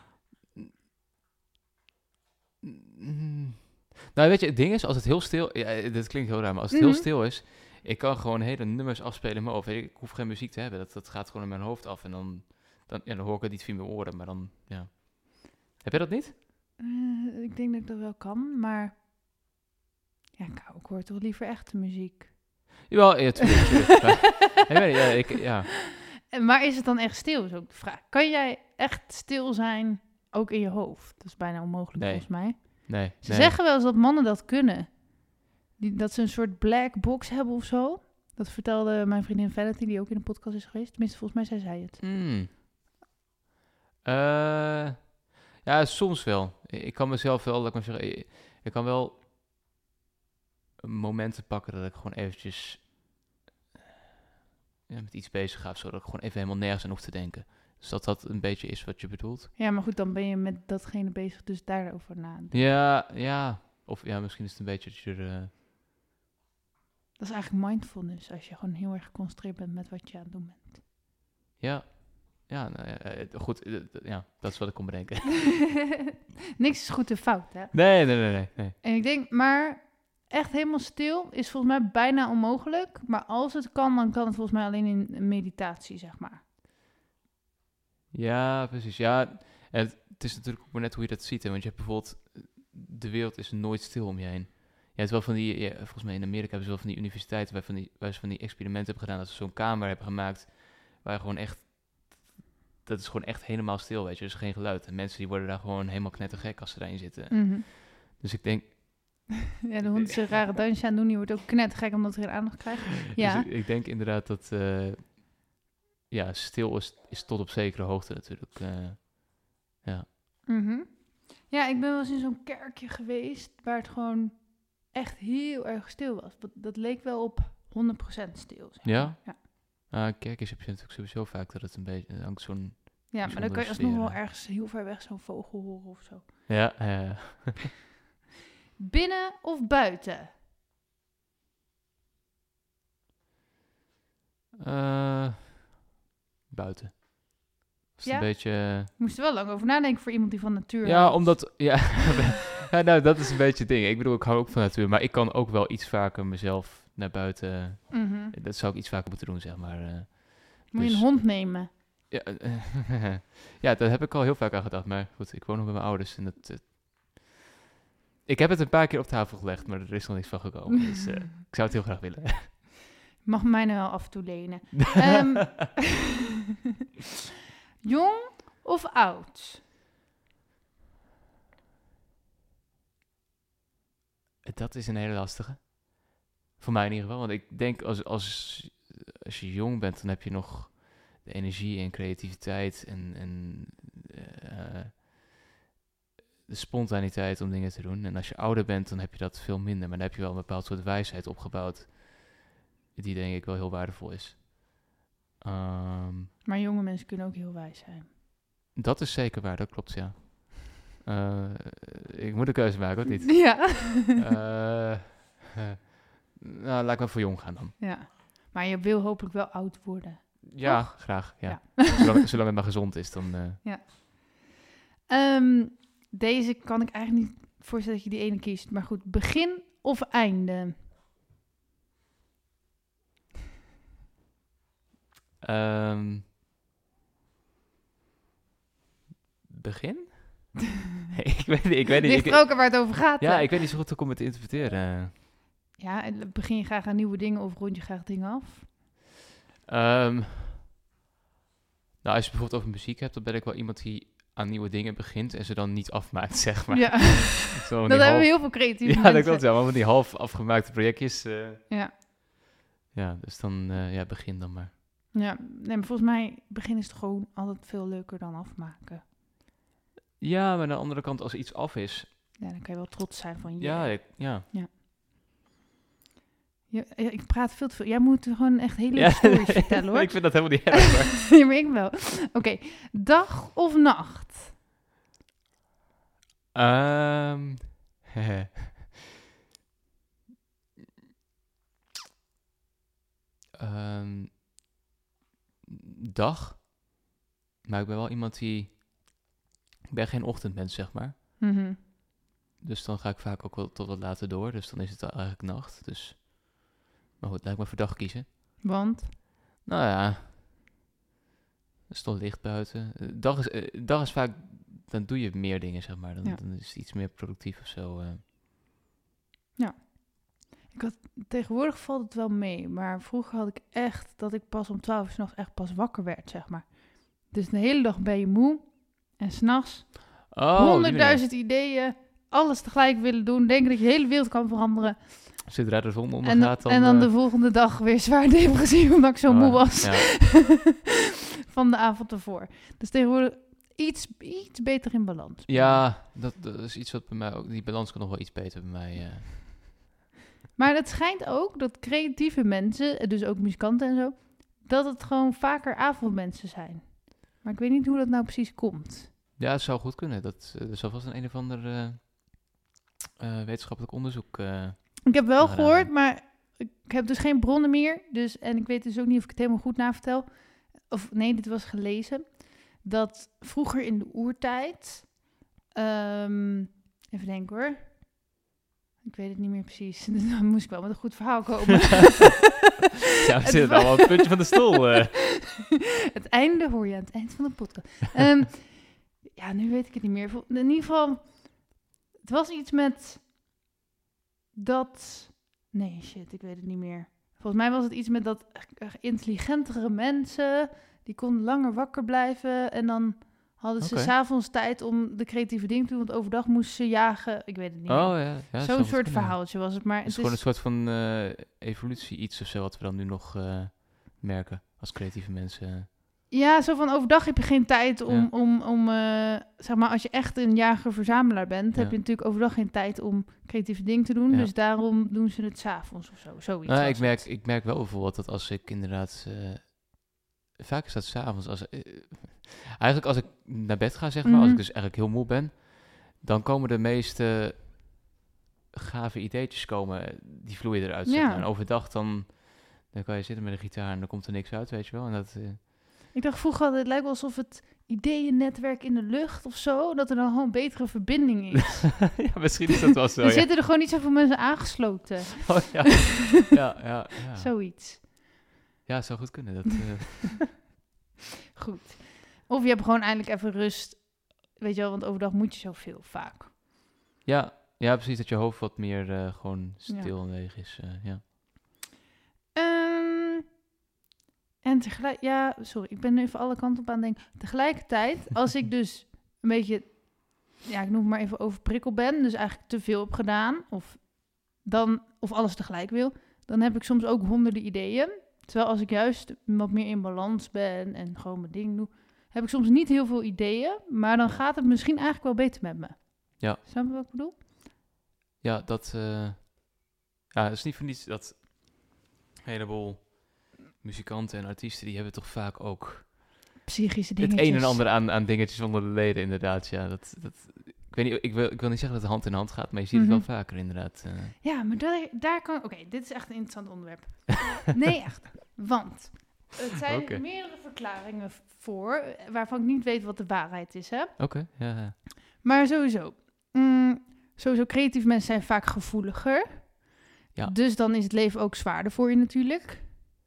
Mm. Nou, weet je, het ding is, als het heel stil... Ja, dit klinkt heel raar, maar als het mm-hmm. heel stil is... Ik kan gewoon hele nummers afspelen in mijn hoofd. Ik hoef geen muziek te hebben. Dat, dat gaat gewoon in mijn hoofd af. En dan, dan, ja, dan hoor ik het niet via mijn oren. Maar dan, ja. Heb je dat niet? Uh, ik denk dat ik dat wel kan, maar... Ja, ik hoor toch liever echte muziek. Jawel, ja, tuurlijk. tuurlijk. Maar, ja, ja, ik, ja. Maar is het dan echt stil, is ook de vraag. Kan jij echt stil zijn, ook in je hoofd? Dat is bijna onmogelijk, nee. volgens mij. Nee. Ze nee. zeggen wel eens dat mannen dat kunnen. Die, dat ze een soort black box hebben of zo. Dat vertelde mijn vriendin Vanity, die ook in de podcast is geweest. Tenminste, volgens mij zei zij het. Mm. Uh, ja, soms wel. Ik kan mezelf wel, laat ik maar zeggen... Ik, ik kan wel momenten pakken dat ik gewoon eventjes... Ja, met iets bezig ga, zodat ik gewoon even helemaal nergens aan hoef te denken. Dus dat dat een beetje is wat je bedoelt. Ja, maar goed, dan ben je met datgene bezig, dus daarover nadenken. Ja, ja. Of ja, misschien is het een beetje dat je er... Uh... Dat is eigenlijk mindfulness, als je gewoon heel erg geconcentreerd bent met wat je aan het doen bent. Ja, ja, nou, ja goed, uh, ja, dat is wat ik kon bedenken. Niks is goed en fout, hè? Nee, nee, nee, nee, nee. En ik denk, maar echt helemaal stil is volgens mij bijna onmogelijk. Maar als het kan, dan kan het volgens mij alleen in meditatie, zeg maar. Ja, precies. Ja, het, het is natuurlijk ook maar net hoe je dat ziet. Hè? Want je hebt bijvoorbeeld, de wereld is nooit stil om je heen. Je hebt wel van die, ja, volgens mij in Amerika hebben ze wel van die universiteiten waar, van die, waar ze van die experimenten hebben gedaan. Dat ze zo'n kamer hebben gemaakt waar gewoon echt, dat is gewoon echt helemaal stil, weet je. Er is geen geluid. En mensen die worden daar gewoon helemaal knettergek als ze daarin zitten. Mm-hmm. Dus ik denk... Ja, de hond is een rare dansje aan het doen. Die wordt ook knettergek omdat hij geen aandacht krijgt. Ja. Dus ik, ik denk inderdaad dat... Uh, ja, stil is, is tot op zekere hoogte natuurlijk. Uh, ja. Mm-hmm. Ja, ik ben wel eens in zo'n kerkje geweest waar het gewoon echt heel erg stil was. Dat, dat leek wel op honderd procent stil. Zeg maar. Ja? Ja. Uh, kerkjes heb je natuurlijk sowieso vaak dat het een beetje... hangt zo'n Ja, maar dan kan je sfeer, alsnog wel eh. ergens heel ver weg zo'n vogel horen of zo. Ja, ja. Binnen of buiten? Uh, buiten. Is het Ja? een beetje... Je moest er wel lang over nadenken voor iemand die van natuur Ja, houdt. omdat... Ja, ja, nou, dat is een beetje het ding. Ik bedoel, ik hou ook van natuur, maar ik kan ook wel iets vaker mezelf naar buiten... Mhm. Dat zou ik iets vaker moeten doen, zeg maar. Uh, Moet je dus- een hond nemen? Ja, uh, ja, daar heb ik al heel vaak aan gedacht. Maar goed, ik woon nog bij mijn ouders. En dat, uh, ik heb het een paar keer op tafel gelegd, maar er is nog niks van gekomen. Dus uh, ik zou het heel graag willen. Je mag mij nou wel af en toe lenen. um, jong of oud? Dat is een hele lastige. Voor mij in ieder geval. Want ik denk, als, als, als je jong bent, dan heb je nog de energie en creativiteit en, en uh, de spontaniteit om dingen te doen. En als je ouder bent, dan heb je dat veel minder. Maar dan heb je wel een bepaald soort wijsheid opgebouwd, die denk ik wel heel waardevol is. Um, maar jonge mensen kunnen ook heel wijs zijn. Dat is zeker waar, dat klopt, ja. Uh, ik moet een keuze maken, of niet? Ja. uh, uh, nou, laat ik maar voor jong gaan dan. Ja, maar je wil hopelijk wel oud worden. Ja, toch? graag, ja. ja. zolang, zolang het maar gezond is, dan... Uh... Ja. Um, deze kan ik eigenlijk niet voorstellen dat je die ene kiest. Maar goed, begin of einde? Um, begin? ik weet niet. Ik weet niet Ligt ik, er ook waar het over gaat. Ja, hè? ik weet niet zo goed hoe ik het te interpreteren. Ja, begin je graag aan nieuwe dingen of rond je graag dingen af? Um, nou, als je bijvoorbeeld over muziek hebt, dan ben ik wel iemand die aan nieuwe dingen begint en ze dan niet afmaakt, zeg maar. Ja, dat hebben half... we heel veel creatieve ja, mensen. dat klopt, ja, maar van die half afgemaakte projectjes. Uh, ja. Ja, dus dan, uh, ja, begin dan maar. Ja, nee, maar volgens mij begin is toch gewoon altijd veel leuker dan afmaken. Ja, maar aan de andere kant, als iets af is... Ja, dan kan je wel trots zijn van je. Ja, ik, ja. ja. Ja, ik praat veel te veel. Jij moet gewoon echt hele ja. stories vertellen, hoor. Ik vind dat helemaal niet erg, maar... ja, maar ik wel. Oké, okay. Dag of nacht? Um, um, dag. Maar ik ben wel iemand die... Ik ben geen ochtendmens, zeg maar. Mm-hmm. Dus dan ga ik vaak ook wel tot wat later door. Dus dan is het eigenlijk nacht. Dus... Maar goed, laat ik maar voor dag kiezen. Want? Nou ja, er is toch licht buiten. Dag is, uh, dag is vaak, dan doe je meer dingen, zeg maar. Dan, ja. dan is het iets meer productief of zo. Uh. Ja. Ik had, tegenwoordig valt het wel mee. Maar vroeger had ik echt dat ik pas om twaalf uur 's nachts echt pas wakker werd, zeg maar. Dus de hele dag ben je moe. En 's nachts honderdduizend oh, ideeën. Alles tegelijk willen doen. Denken dat je de hele wereld kan veranderen. Zodra de zon ondergaat dan... En dan uh... de volgende dag weer zwaar depressief, omdat ik zo oh, moe was. Ja. Van de avond ervoor. Dus tegenwoordig iets, iets beter in balans. Ja, dat, dat is iets wat bij mij ook... Die balans kan nog wel iets beter bij mij... Uh... Maar het schijnt ook dat creatieve mensen, dus ook muzikanten en zo... dat het gewoon vaker avondmensen zijn. Maar ik weet niet hoe dat nou precies komt. Ja, het zou goed kunnen. Dat, uh, er zal vast een een of ander uh, uh, wetenschappelijk onderzoek... Uh... Ik heb wel gehoord, maar ik heb dus geen bronnen meer. Dus, en ik weet dus ook niet of ik het helemaal goed navertel. Of nee, dit was gelezen. Dat vroeger in de oertijd... Um, even denken hoor. Ik weet het niet meer precies. Dus dan moest ik wel met een goed verhaal komen. Ja, we zitten allemaal op het puntje van de stoel. Uh. Het einde hoor je aan het eind van de podcast. Um, ja, nu weet ik het niet meer. In ieder geval, het was iets met... Dat, nee shit, ik weet het niet meer. Volgens mij was het iets met dat intelligentere mensen, die konden langer wakker blijven en dan hadden ze okay. 's avonds tijd om de creatieve dingen te doen, want overdag moesten ze jagen, ik weet het niet oh, meer. Ja, ja, Zo'n soort kunnen. verhaaltje was het, maar... Het is het gewoon is... een soort van uh, evolutie iets of zo, wat we dan nu nog uh, merken als creatieve mensen. Ja, zo van overdag heb je geen tijd om, ja. om, om uh, zeg maar, als je echt een jager-verzamelaar bent, ja. heb je natuurlijk overdag geen tijd om creatieve dingen te doen. Ja. Dus daarom doen ze het 's avonds of zo, zoiets. Nou, ik, merk, ik merk wel bijvoorbeeld dat als ik inderdaad, uh, vaak is dat 's avonds, als, uh, Eigenlijk als ik naar bed ga, zeg maar, Mhm. als ik dus eigenlijk heel moe ben, dan komen de meeste gave ideetjes komen, die vloeien eruit. Zeg Ja. maar. En overdag dan, dan kan je zitten met een gitaar en dan komt er niks uit, weet je wel. En dat, eh, Ik dacht vroeger altijd, het lijkt wel alsof het ideeënnetwerk in de lucht of zo, dat er dan gewoon betere verbinding is. ja, misschien is dat wel zo, er ja. zitten er gewoon niet zoveel mensen aangesloten. Oh, ja. ja, ja, ja. Zoiets. Ja, het zou goed kunnen. Dat, eh, Goed. Of je hebt gewoon eindelijk even rust. Weet je wel, want overdag moet je zoveel vaak. ja, ja, precies, dat je hoofd wat meer eh, gewoon stil en leeg is. eh, ja. Ehm, en tegelijk, ja, sorry, ik ben nu even alle kanten op aan het denken. Tegelijkertijd, als ik dus een beetje, ja, ik noem het maar even overprikkeld ben, dus eigenlijk te veel heb gedaan, of, dan, of alles tegelijk wil, dan heb ik soms ook honderden ideeën. Terwijl als ik juist wat meer in balans ben en gewoon mijn ding doe, heb ik soms niet heel veel ideeën, maar dan gaat het misschien eigenlijk wel beter met me. Ja. Snap je wat ik bedoel? Ja, dat, eh, ja, het is niet voor niets dat een heleboel muzikanten en artiesten, die hebben toch vaak ook Psychische het dingetjes. een en ander aan, aan dingetjes onder de leden, inderdaad. Ja, dat, dat, ik, weet niet, ik, wil, ik wil niet zeggen dat het hand in hand gaat, maar je ziet Mhm. het wel vaker, inderdaad. eh. Ja, maar daar, daar kan... Oké, dit is echt een interessant onderwerp. Nee, echt. Want het zijn Oké. meerdere verklaringen v- voor, eh, waarvan ik niet weet wat de waarheid is, hè. Oké, ja, ja. Maar sowieso. Mm, sowieso, creatieve mensen zijn vaak gevoeliger. Ja. Dus dan is het leven ook zwaarder voor je natuurlijk.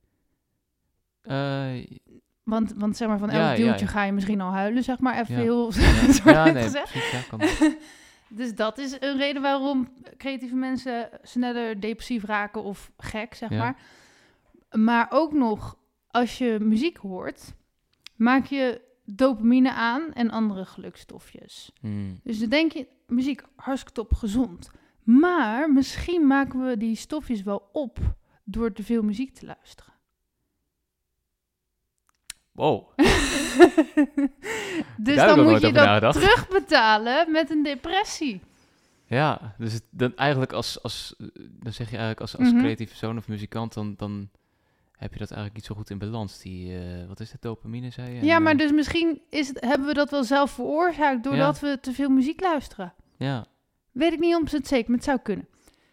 Eh, Want, want zeg maar, van Ja, elk ja, deeltje ja. ga je misschien al huilen, zeg maar. Even Ja. heel ja, zwart ja, nee, gezegd. precies, ja, kan. Dus dat is een reden waarom creatieve mensen sneller depressief raken of gek, zeg Ja. maar. Maar ook nog, als je muziek hoort, maak je dopamine aan en andere gelukstofjes. Hmm. Dus dan denk je, muziek, hartstikke top, gezond. Maar misschien maken we die stofjes wel op door te veel muziek te luisteren. Wow. Dus Daar heb ik ook dan moet nooit je over dat nagedacht. terugbetalen met een depressie. Ja, dus het, dan eigenlijk als, als, eh, dan zeg je eigenlijk als, als Mhm. creatief persoon of muzikant, dan, dan heb je dat eigenlijk niet zo goed in balans. Die, eh, wat is het, dopamine, zei je? Ja, En, maar eh, dus misschien is het, hebben we dat wel zelf veroorzaakt doordat we te veel muziek luisteren. Ja, Weet ik niet honderd procent zeker, maar het zou kunnen.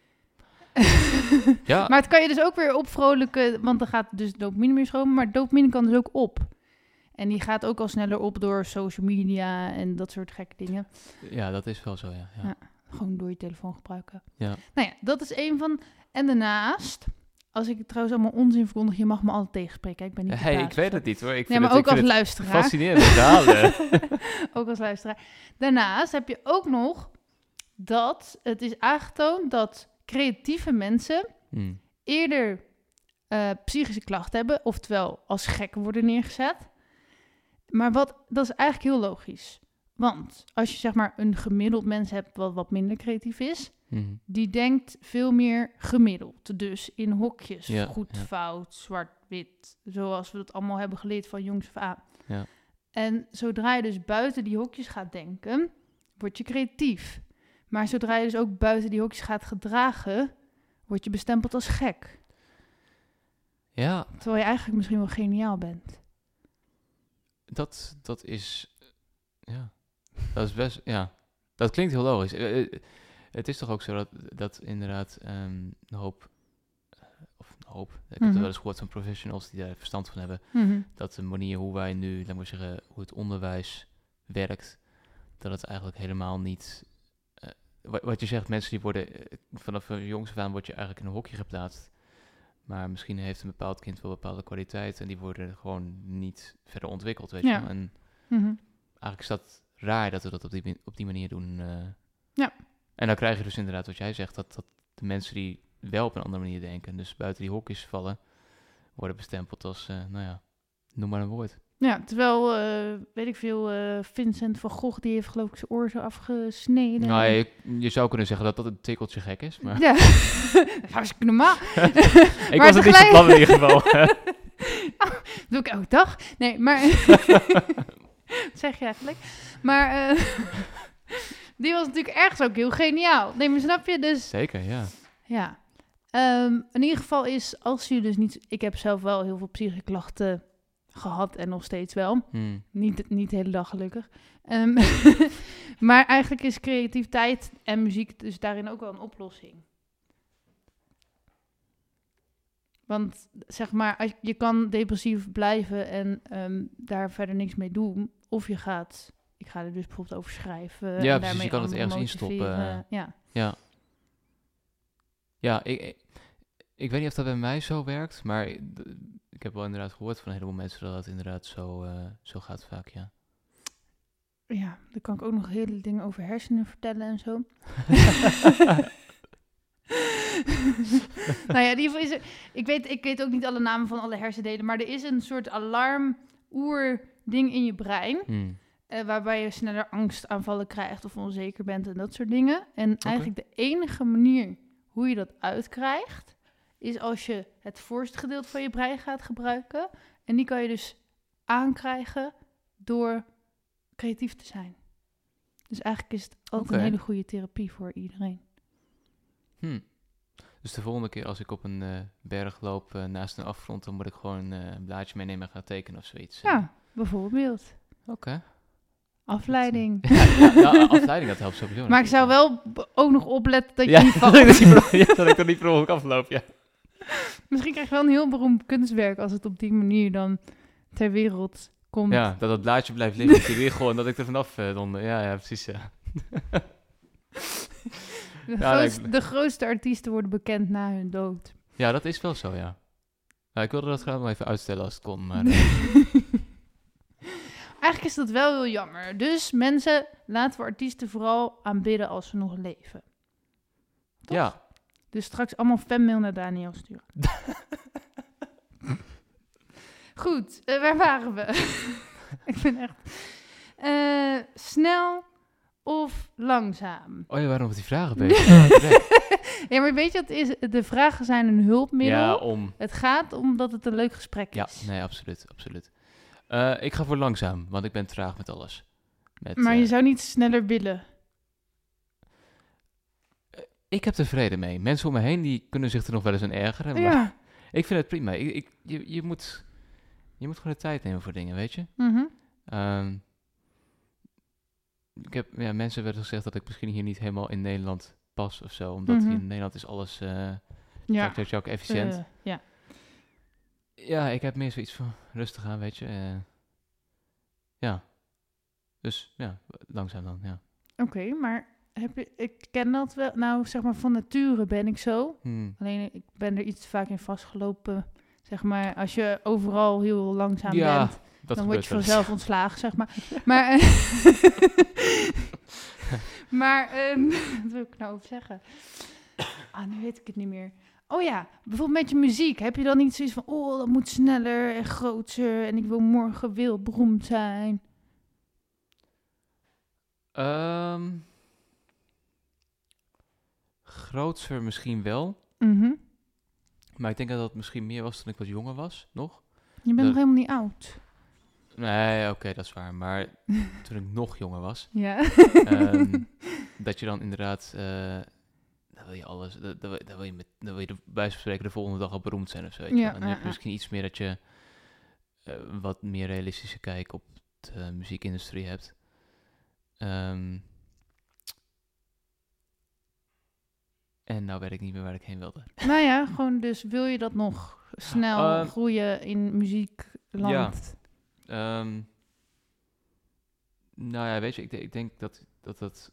ja. Maar het kan je dus ook weer opvrolijken, want dan gaat dus dopamine meer stromen, maar dopamine kan dus ook op. En die gaat ook al sneller op door social media en dat soort gekke dingen. ja, dat is wel zo, ja. ja. Ja. Gewoon door je telefoon gebruiken. Ja. Nou ja, dat is een van... En daarnaast, als ik het trouwens allemaal onzin verkondig, je mag me altijd tegenspreken. hè? Ik ben niet de Hey, baas ik weet of zo. het niet hoor. Ik Nee, vind maar het, ook ik als vind het luisteraar. fascinerende verhalen. Ook als luisteraar. Daarnaast heb je ook nog dat het is aangetoond dat creatieve mensen Hmm. eerder eh, psychische klachten hebben, oftewel als gek worden neergezet. Maar wat, dat is eigenlijk heel logisch. Want als je zeg maar een gemiddeld mens hebt wat wat minder creatief is, Hmm. die denkt veel meer gemiddeld. Dus in hokjes, Ja, goed, ja. fout, zwart, wit. Zoals we dat allemaal hebben geleerd van jongs af aan. Ja. En zodra je dus buiten die hokjes gaat denken, word je creatief. Maar zodra je dus ook buiten die hokjes gaat gedragen, word je bestempeld als gek. Ja, Terwijl je eigenlijk misschien wel geniaal bent. dat, dat is... Ja, dat is best... Ja, dat klinkt heel logisch. Eh, eh, het is toch ook zo dat, dat inderdaad ehm, een hoop... eh, of een hoop... Ik heb Mhm. er wel eens gehoord van professionals die daar verstand van hebben. Mhm. Dat de manier hoe wij nu, laat maar zeggen, hoe het onderwijs werkt, dat het eigenlijk helemaal niet... eh, wa- wat je zegt, mensen die worden... eh, vanaf een jongs af aan word je eigenlijk in een hokje geplaatst. Maar misschien heeft een bepaald kind wel bepaalde kwaliteit en die worden gewoon niet verder ontwikkeld, weet je Ja. wel. En Mhm. eigenlijk is dat raar dat we dat op die, mi- op die manier doen. eh. Ja. En dan krijg je dus inderdaad wat jij zegt, dat, dat de mensen die wel op een andere manier denken, dus buiten die hokjes vallen, worden bestempeld als, eh, nou ja, noem maar een woord. Ja, terwijl, eh, weet ik veel, eh, Vincent van Gogh, die heeft geloof ik zijn oor zo afgesneden. Nou, je, je zou kunnen zeggen dat dat een tikkeltje gek is, maar Ja, hartstikke normaal. ik maar was het niet van tegelijk- plan in ieder geval. Dat doe ik elke dag. Nee, maar... Wat zeg je eigenlijk? Maar eh, die was natuurlijk ergens ook heel geniaal. Nee, maar snap je? Dus Zeker, ja. ja. Ehm, in ieder geval is, als je dus niet... Ik heb zelf wel heel veel psychische klachten gehad en nog steeds wel. Hmm. Niet, niet de hele dag gelukkig. Um, maar eigenlijk is creativiteit en muziek dus daarin ook wel een oplossing. Want zeg maar, als, je kan depressief blijven en um, daar verder niks mee doen. Of je gaat, ik ga er dus bijvoorbeeld over schrijven. Ja, en precies, je kan het ergens instoppen. Uh, ja, ja. ja ik, ik, ik weet niet of dat bij mij zo werkt, maar ik, ik heb wel inderdaad gehoord van een heleboel mensen dat het inderdaad zo, uh, zo gaat vaak, ja. Ja, daar kan ik ook nog hele dingen over hersenen vertellen en zo. nou ja, in ieder geval is er, ik, weet, ik weet ook niet alle namen van alle hersendelen, maar er is een soort alarm-oer-ding in je brein, hmm. uh, waarbij je sneller angstaanvallen krijgt of onzeker bent en dat soort dingen. En okay. eigenlijk de enige manier hoe je dat uitkrijgt, is als je het voorste gedeelte van je brein gaat gebruiken. En die kan je dus aankrijgen door creatief te zijn. Dus eigenlijk is het altijd okay. een hele goede therapie voor iedereen. Hmm. Dus de volgende keer als ik op een uh, berg loop uh, naast een afgrond, dan moet ik gewoon uh, een blaadje meenemen en gaan tekenen of zoiets. Ja, bijvoorbeeld. Oké. Okay. Afleiding. Ja, ja, ja, afleiding, dat helpt sowieso. Maar ik zou wel ook nog opletten dat je ja, niet valt. ja, dat ik er niet per ongeluk afloop, ja. Misschien krijg je wel een heel beroemd kunstwerk als het op die manier dan ter wereld komt. Ja, dat dat blaadje blijft liggen op die wiegel en dat ik er vanaf uh, donder. Ja, ja, precies, ja. De, ja, grootste, ik... de grootste artiesten worden bekend na hun dood. Ja, dat is wel zo, ja. Nou, ik wilde dat graag nog even uitstellen als het kon, maar... Eigenlijk is dat wel heel jammer. Dus mensen, laten we artiesten vooral aanbidden als ze nog leven. Toch? Ja. Dus straks allemaal fanmail naar Daniel sturen. Goed, uh, waar waren we? Ik ben echt... Uh, snel of langzaam? Oh, je waren nog met die vragen bezig. Ja, maar weet je wat het is? De vragen zijn een hulpmiddel. Ja, om... Het gaat omdat het een leuk gesprek is. Ja, nee, absoluut, absoluut. Uh, ik ga voor langzaam, want ik ben traag met alles. Met, maar je uh, zou niet sneller willen. Uh, ik heb er vrede mee. Mensen om me heen die kunnen zich er nog wel eens aan ergeren. Ja. Maar ik vind het prima. Ik, ik, je, je, moet, je moet gewoon de tijd nemen voor dingen, weet je? Mm-hmm. Um, ik heb, ja, mensen werden gezegd dat ik misschien hier niet helemaal in Nederland pas of zo. Omdat mm-hmm. hier in Nederland is alles uh, ja. tjak, tjak, efficiënt. Uh, ja. Ja, ik heb meer zoiets van rustig aan, weet je. Uh, ja. Dus ja, langzaam dan, ja. Oké, okay, maar heb je, ik ken dat wel. Nou, zeg maar, van nature ben ik zo. Hmm. Alleen, ik ben er iets te vaak in vastgelopen. Zeg maar, als je overal heel langzaam ja, bent, dat dan word je vanzelf eens. ontslagen, zeg maar. Maar, maar um, wat wil ik nou over zeggen? Ah, nu weet ik het niet meer. Oh ja, bijvoorbeeld met je muziek. Heb je dan niet zoiets van, oh, dat moet sneller en groter en ik wil morgen wereldberoemd zijn? Um, grootser misschien wel. Mm-hmm. Maar ik denk dat dat misschien meer was toen ik wat jonger was, nog. Je bent dat... nog helemaal niet oud. Nee, oké, okay, dat is waar. Maar toen ik nog jonger was, ja. um, dat je dan inderdaad... Uh, dan wil je alles, dan, dan wil je, met, dan wil je de, bij wijze van spreken de volgende dag al beroemd zijn of zo. Weet je? Ja, En dan heb je uh, misschien iets meer dat je uh, wat meer realistische kijk op de uh, muziekindustrie hebt. Um, en nou weet ik niet meer waar ik heen wilde. Nou ja, gewoon dus wil je dat nog snel uh, groeien in muziekland? Ja. Um, nou ja, weet je, ik, de, ik denk dat dat... dat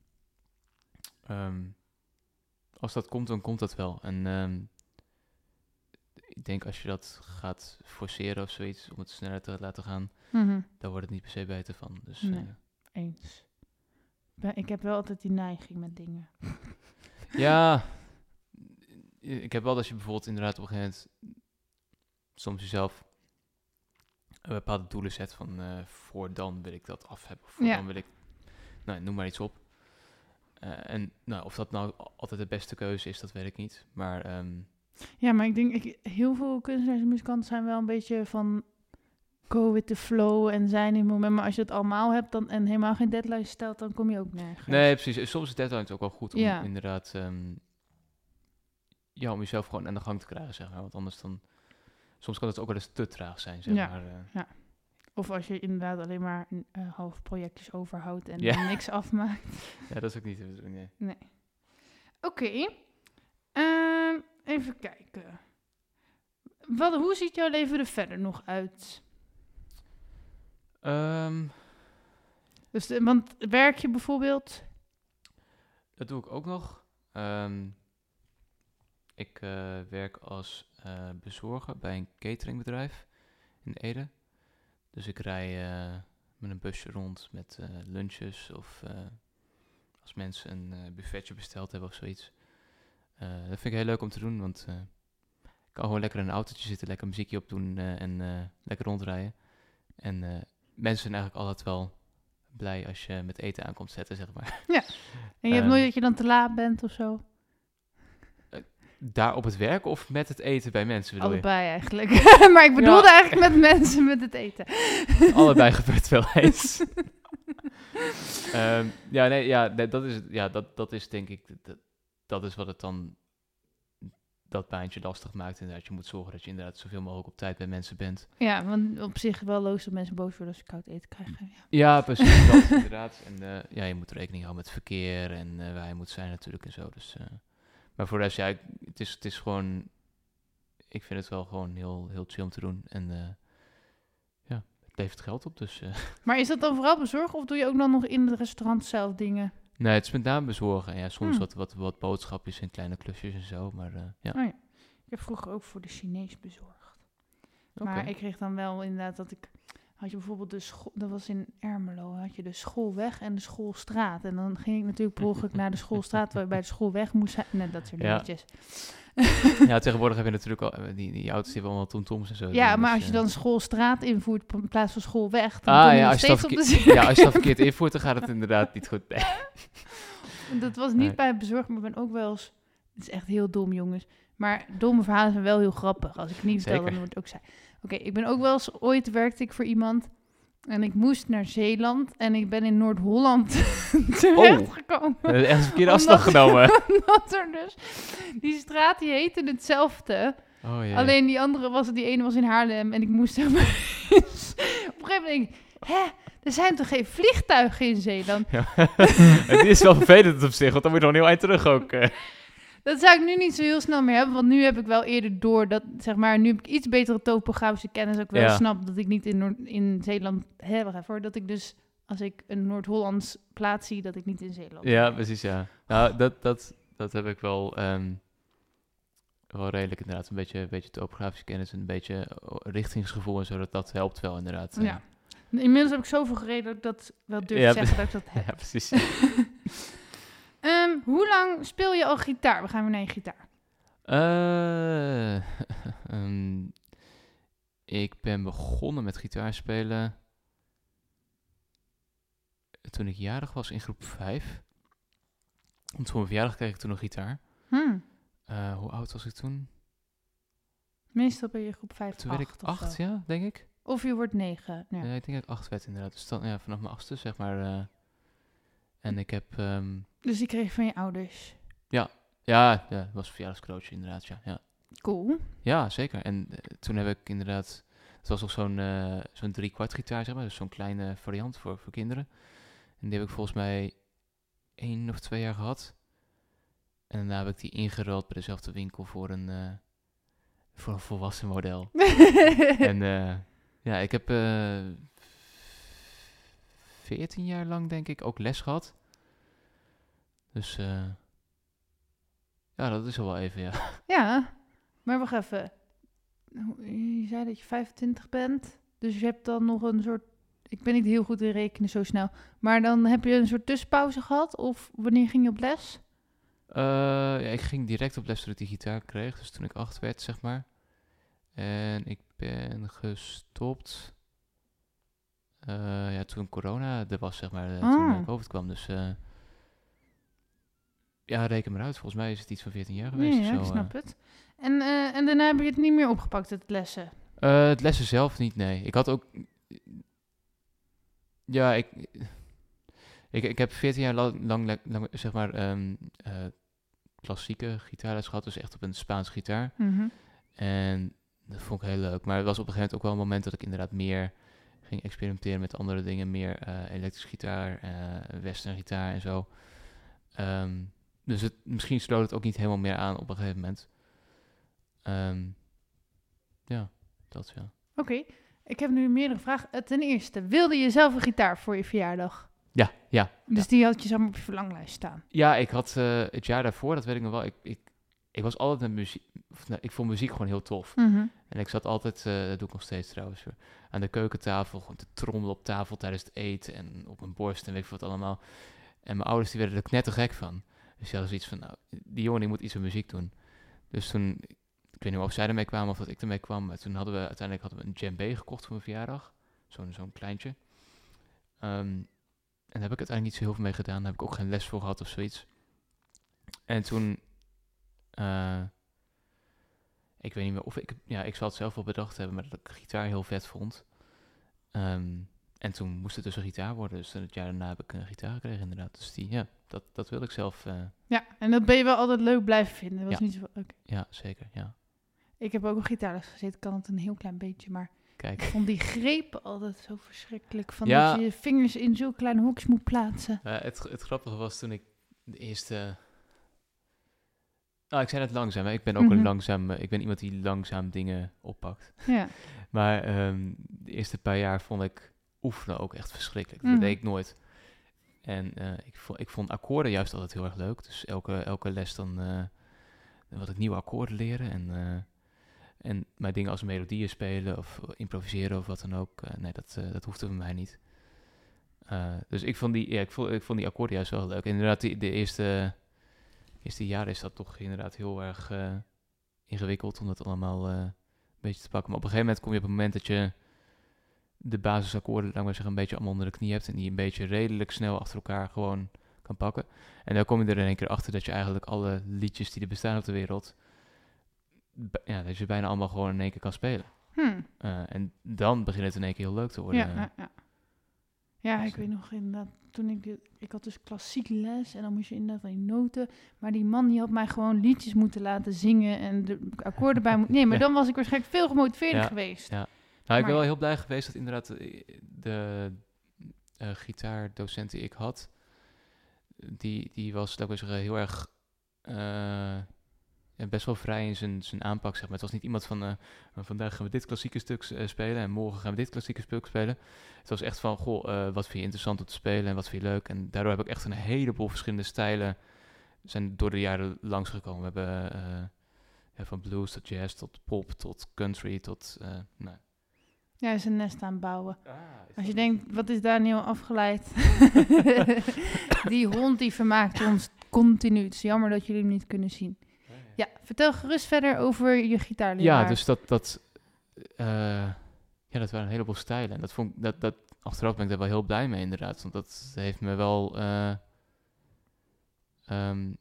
um, als dat komt, dan komt dat wel. En um, ik denk als je dat gaat forceren of zoiets, om het sneller te laten gaan, mm-hmm. dan wordt het niet per se beter van. Dus, nee, uh, eens. Ik heb wel altijd die neiging met dingen. Ja, ik heb wel dat je bijvoorbeeld inderdaad op een gegeven moment soms jezelf een bepaalde doelen zet van uh, voor dan wil ik dat af hebben. Of voor ja. dan wil ik, nou noem maar iets op. Uh, en nou, of dat nou altijd de beste keuze is, dat weet ik niet. Maar um, ja, maar ik denk, ik, heel veel kunstenaars en muzikanten zijn wel een beetje van go with the flow en zijn in het moment. Maar als je het allemaal hebt dan, en helemaal geen deadline stelt, dan kom je ook nergens. Nee, precies. Soms is deadline ook wel goed om ja. inderdaad, um, ja, om jezelf gewoon aan de gang te krijgen, zeg maar. Want anders dan soms kan het ook wel eens te traag zijn, zeg Ja. maar. Uh. Ja. Of als je inderdaad alleen maar uh, half projectjes overhoudt en Ja. niks afmaakt. Ja, dat is ook niet de bedoeling, nee. Nee. Oké. Okay. Uh, even kijken. Wat, hoe ziet jouw leven er verder nog uit? Um, dus, de, want werk je bijvoorbeeld? Dat doe ik ook nog. Um, ik uh, werk als uh, bezorger bij een cateringbedrijf in Ede. Dus ik rij uh, met een busje rond met uh, lunches of uh, als mensen een uh, buffetje besteld hebben of zoiets. Uh, dat vind ik heel leuk om te doen, want uh, ik kan gewoon lekker in een autootje zitten, lekker muziekje opdoen uh, en uh, lekker rondrijden. En uh, mensen zijn eigenlijk altijd wel blij als je met eten aankomt zetten, zeg maar. Ja, en je hebt um, nooit dat je dan te laat bent of zo? Uh, daar op het werk of met het eten bij mensen, bedoel Allebei je? eigenlijk. Maar ik bedoelde ja. eigenlijk met mensen met het eten. Allebei gebeurt wel eens. um, ja, nee, ja, nee, dat is, ja, dat, dat is denk ik, dat, dat is wat het dan, dat baantje lastig maakt inderdaad. Je moet zorgen dat je inderdaad zoveel mogelijk op tijd bij mensen bent. Ja, want op zich wel logisch dat mensen boos worden als ze koud eten krijgen. Ja, ja precies, dat inderdaad. En uh, ja, je moet rekening houden met verkeer en uh, waar je moet zijn natuurlijk en zo. Dus, uh, maar voor de rest, ja, ik, het, is, het is gewoon, ik vind het wel gewoon heel, heel chill om te doen. En uh, ja, het levert geld op, dus... Uh. Maar is dat dan vooral bezorgen of doe je ook dan nog in het restaurant zelf dingen? Nee, het is met name bezorgen. En ja, soms hmm. wat, wat, wat boodschapjes en kleine klusjes en zo, maar uh, ja. Oh ja. Ik heb vroeger ook voor de Chinees bezorgd. Okay. Maar ik kreeg dan wel inderdaad dat ik... Had je bijvoorbeeld de school... Dat was in Ermelo. Had je de schoolweg en de schoolstraat. En dan ging ik natuurlijk per ongeluk naar de schoolstraat... waar je bij de schoolweg moest zijn. Nee, dat soort dingetjes. Ja. Ja, tegenwoordig heb je natuurlijk al... Die, die auto's die hebben allemaal tomtoms en zo. Ja, doen, maar dus, als je dan schoolstraat invoert... in plaats van schoolweg... dan ah, kom je ja, nog als steeds je op de verkeer, Ja, als je dat verkeerd invoert... dan gaat het inderdaad niet goed. Nee. Dat was niet nee. bij bezorgd, maar ik ben ook wel eens... Het is echt heel dom, jongens. Maar domme verhalen zijn wel heel grappig. Als ik het niet vertel, dan wordt het ook saai. Oké, okay, ik ben ook wel eens... Ooit werkte ik voor iemand... En ik moest naar Zeeland. En ik ben in Noord-Holland terechtgekomen. Oh, echt een verkeerde afslag genomen. Omdat er dus... Die straat, die heette hetzelfde. Oh, yeah. Alleen die andere was... Die ene was in Haarlem. En ik moest... Op een gegeven moment denk ik... Hè? Er zijn toch geen vliegtuigen in Zeeland? Ja. Het is wel vervelend op zich. Want dan moet je nog een heel eind terug ook... Uh. Dat zou ik nu niet zo heel snel meer hebben, want nu heb ik wel eerder door dat, zeg maar, nu heb ik iets betere topografische kennis, dat ik wel ja. snap dat ik niet in, Noord- in Zeeland heb, voor dat ik dus, als ik een Noord-Hollands plaats zie, dat ik niet in Zeeland ben. Ja, precies, ja. Nou, dat, dat, dat heb ik wel, um, wel redelijk inderdaad, een beetje, een beetje topografische kennis en een beetje richtingsgevoel en zo, dat, dat helpt wel inderdaad. Ja. Inmiddels heb ik zoveel gereden dat ik dat wel durf ja, te zeggen dat ik dat heb. Ja, precies. Um, hoe lang speel je al gitaar? We gaan weer naar je gitaar. Uh, um, ik ben begonnen met gitaar spelen toen ik jarig was in groep vijf. Want voor mijn verjaardag kreeg ik toen een gitaar. Hmm. Uh, hoe oud was ik toen? Meestal ben je groep vijf, Toen werd ik acht, zo. Ja, denk ik. Of je wordt negen. Ja. Uh, ik denk dat ik acht werd inderdaad. Dus dan, ja, vanaf mijn achtste, zeg maar. Uh, en ik heb... Um, Dus die kreeg je van je ouders? Ja, ja, ja dat was een verjaardagscadeautje inderdaad, ja, ja. Cool. Ja, zeker. En uh, toen heb ik inderdaad... Het was ook zo'n, uh, zo'n drie-kwart gitaar, zeg maar. Dus zo'n kleine variant voor, voor kinderen. En die heb ik volgens mij één of twee jaar gehad. En daarna heb ik die ingeruild bij dezelfde winkel voor een, uh, voor een volwassen model. En uh, ja, ik heb uh, veertien jaar lang, denk ik, ook les gehad. Dus uh, ja, dat is al wel even, ja. Ja, maar wacht even. Je zei dat je vijfentwintig bent. Dus je hebt dan nog een soort... Ik ben niet heel goed in rekenen zo snel. Maar dan heb je een soort tussenpauze gehad? Of wanneer ging je op les? Uh, ja, ik ging direct op les toen ik die gitaar kreeg. Dus toen ik acht werd, zeg maar. En ik ben gestopt... Uh, ja, toen corona er was, zeg maar. Uh, ah. Toen COVID kwam, dus... Uh, ja, reken maar uit. Volgens mij is het iets van veertien jaar geweest. Ja, ja zo, ik snap uh. het. En, uh, en daarna heb je het niet meer opgepakt, het lessen? Uh, het lessen zelf niet, nee. Ik had ook... Ja, ik... Ik, ik heb veertien jaar lang, lang, lang zeg maar, um, uh, klassieke gitaarles gehad. Dus echt op een Spaans gitaar. Mm-hmm. En dat vond ik heel leuk. Maar het was op een gegeven moment ook wel een moment dat ik inderdaad meer ging experimenteren met andere dingen. Meer uh, elektrische gitaar, uh, western gitaar en zo. Um, dus het, misschien sloot het ook niet helemaal meer aan op een gegeven moment. Um, ja, dat ja. Oké, okay. Ik heb nu meerdere vragen. Ten eerste, wilde je zelf een gitaar voor je verjaardag? Ja, ja. Dus ja. die had je samen op je verlanglijst staan? Ja, ik had uh, het jaar daarvoor, dat weet ik nog wel. Ik, ik, ik was altijd met muziek. Nou, ik vond muziek gewoon heel tof. Mm-hmm. En ik zat altijd, uh, dat doe ik nog steeds trouwens, aan de keukentafel, gewoon te trommelen op tafel tijdens het eten en op mijn borst en weet ik wat allemaal. En mijn ouders die werden er knettergek van. Dus die hadden zoiets van, nou, die jongen die moet iets met muziek doen. Dus toen, ik weet niet of zij ermee kwamen of dat ik ermee kwam, maar toen hadden we uiteindelijk hadden we een djembe gekocht voor mijn verjaardag. Zo'n, zo'n kleintje. Um, en daar heb ik uiteindelijk niet zo heel veel mee gedaan. Daar heb ik ook geen les voor gehad of zoiets. En toen, uh, ik weet niet meer of ik, ja, ik zal het zelf wel bedacht hebben, maar dat ik gitaar heel vet vond. Um, en toen moest het dus een gitaar worden. Dus het jaar daarna heb ik een gitaar gekregen inderdaad. Dus die, ja, dat, dat wilde ik zelf. Uh, ja, en dat ben je wel altijd leuk blijven vinden. Dat was ja. niet zo, okay. Ja, zeker, ja. Ik heb ook een gitaarles gezeten. Ik kan het een heel klein beetje, maar Kijk. Ik vond die grepen altijd zo verschrikkelijk. Van ja. dat je je vingers in zo'n kleine hokjes moet plaatsen. Uh, het, het grappige was toen ik de eerste... Nou, ik zei het langzaam. Hè. Ik ben ook mm-hmm. een langzaam... Uh, ik ben iemand die langzaam dingen oppakt. Ja. Maar um, de eerste paar jaar vond ik oefenen ook echt verschrikkelijk. Dat mm. deed ik nooit. En uh, ik, vond, ik vond akkoorden juist altijd heel erg leuk. Dus elke, elke les dan... Uh, dan wat ik nieuwe akkoorden leren en... Uh, En maar dingen als melodieën spelen of improviseren of wat dan ook, uh, nee, dat, uh, dat hoefde bij mij niet. Uh, dus ik vond die, ja, ik vond, ik vond die akkoorden juist wel leuk. En inderdaad, die, de eerste, eerste jaren is dat toch inderdaad heel erg uh, ingewikkeld om dat allemaal uh, een beetje te pakken. Maar op een gegeven moment kom je op het moment dat je de basisakkoorden, laat maar zeggen, een beetje allemaal onder de knie hebt en die een beetje redelijk snel achter elkaar gewoon kan pakken. En dan kom je er in één keer achter dat je eigenlijk alle liedjes die er bestaan op de wereld... Ja, dat je bijna allemaal gewoon in één keer kan spelen. Hmm. Uh, en dan begint het in één keer heel leuk te worden. Ja, ja, ja. ja ik weet nog inderdaad, toen ik, ik had dus klassiek les en dan moest je inderdaad van die noten, maar die man die had mij gewoon liedjes moeten laten zingen en de akkoorden bij moeten... Nee, maar ja. dan was ik waarschijnlijk veel gemotiveerder ja, geweest. Ja. Nou, ik ben wel heel blij geweest dat inderdaad de, de uh, gitaardocent die ik had, die, die was, laat ik zeggen, heel erg... Uh, Ja, best wel vrij in zijn, zijn aanpak, zeg maar. Het was niet iemand van, uh, vandaag gaan we dit klassieke stuk uh, spelen en morgen gaan we dit klassieke stuk spelen. Het was echt van, goh, uh, wat vind je interessant om te spelen en wat vind je leuk. En daardoor heb ik echt een heleboel verschillende stijlen zijn door de jaren langsgekomen. We hebben uh, ja, van blues tot jazz, tot pop, tot country, tot... Uh, nou. Ja, is een nest aan bouwen. Ah, Als je denkt, wat is Daniel afgeleid? Die hond die vermaakt ons continu. Het is jammer dat jullie hem niet kunnen zien. Ja, vertel gerust verder over je gitaarleraar. Ja, dus dat, dat, uh, ja, dat waren een heleboel stijlen. En dat vond, dat, dat, achteraf ben ik daar wel heel blij mee inderdaad. Want dat heeft me wel uh, um,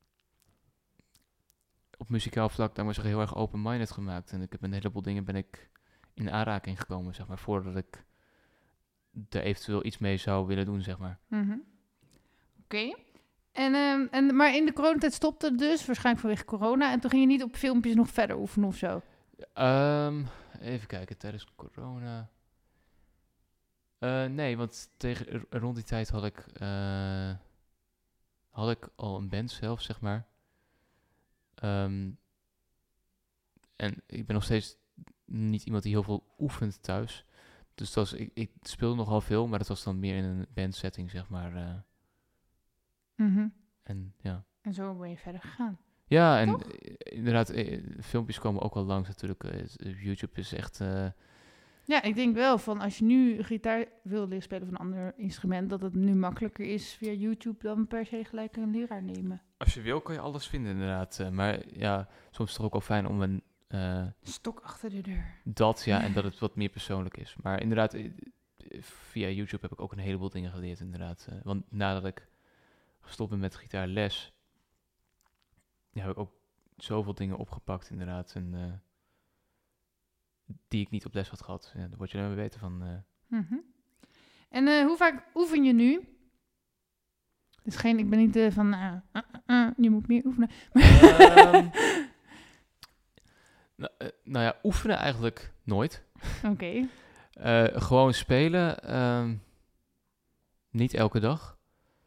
op muzikaal vlak, daar maar zeggen, heel erg open-minded gemaakt. En ik heb een heleboel dingen ben ik in aanraking gekomen, zeg maar, voordat ik er eventueel iets mee zou willen doen, zeg maar. Mm-hmm. Oké. Okay. En, um, en, maar in de coronatijd stopte het dus, waarschijnlijk vanwege corona. En toen ging je niet op filmpjes nog verder oefenen of zo? Um, even kijken, tijdens corona... Uh, nee, want tegen, rond die tijd had ik, uh, had ik al een band zelf, zeg maar. Um, en ik ben nog steeds niet iemand die heel veel oefent thuis. Dus dat was, ik, ik speelde nogal veel, maar dat was dan meer in een bandsetting, zeg maar... Uh, Mm-hmm. En ja. En zo ben je verder gegaan. Ja, en Toch? inderdaad, eh, filmpjes komen ook wel langs natuurlijk. Uh, YouTube is echt... Uh... Ja, ik denk wel van als je nu gitaar wil leren spelen of een ander instrument, dat het nu makkelijker is via YouTube dan per se gelijk een leraar nemen. Als je wil, kan je alles vinden inderdaad. Uh, maar ja, soms is het toch ook wel fijn om een... Uh, stok achter de deur. Dat, ja, en dat het wat meer persoonlijk is. Maar inderdaad, via YouTube heb ik ook een heleboel dingen geleerd inderdaad. Uh, want nadat ik gestopt ben met gitaarles, ja, heb ik ook zoveel dingen opgepakt inderdaad. En uh, die ik niet op les had gehad. Ja, daar word je dan weer beter van. Uh. Mm-hmm. En uh, hoe vaak oefen je nu? Dus geen, ik ben niet uh, van, uh, uh, uh, je moet meer oefenen. um, Nou, uh, nou ja, oefenen eigenlijk nooit. Oké. Okay. Uh, gewoon spelen. Um, niet elke dag.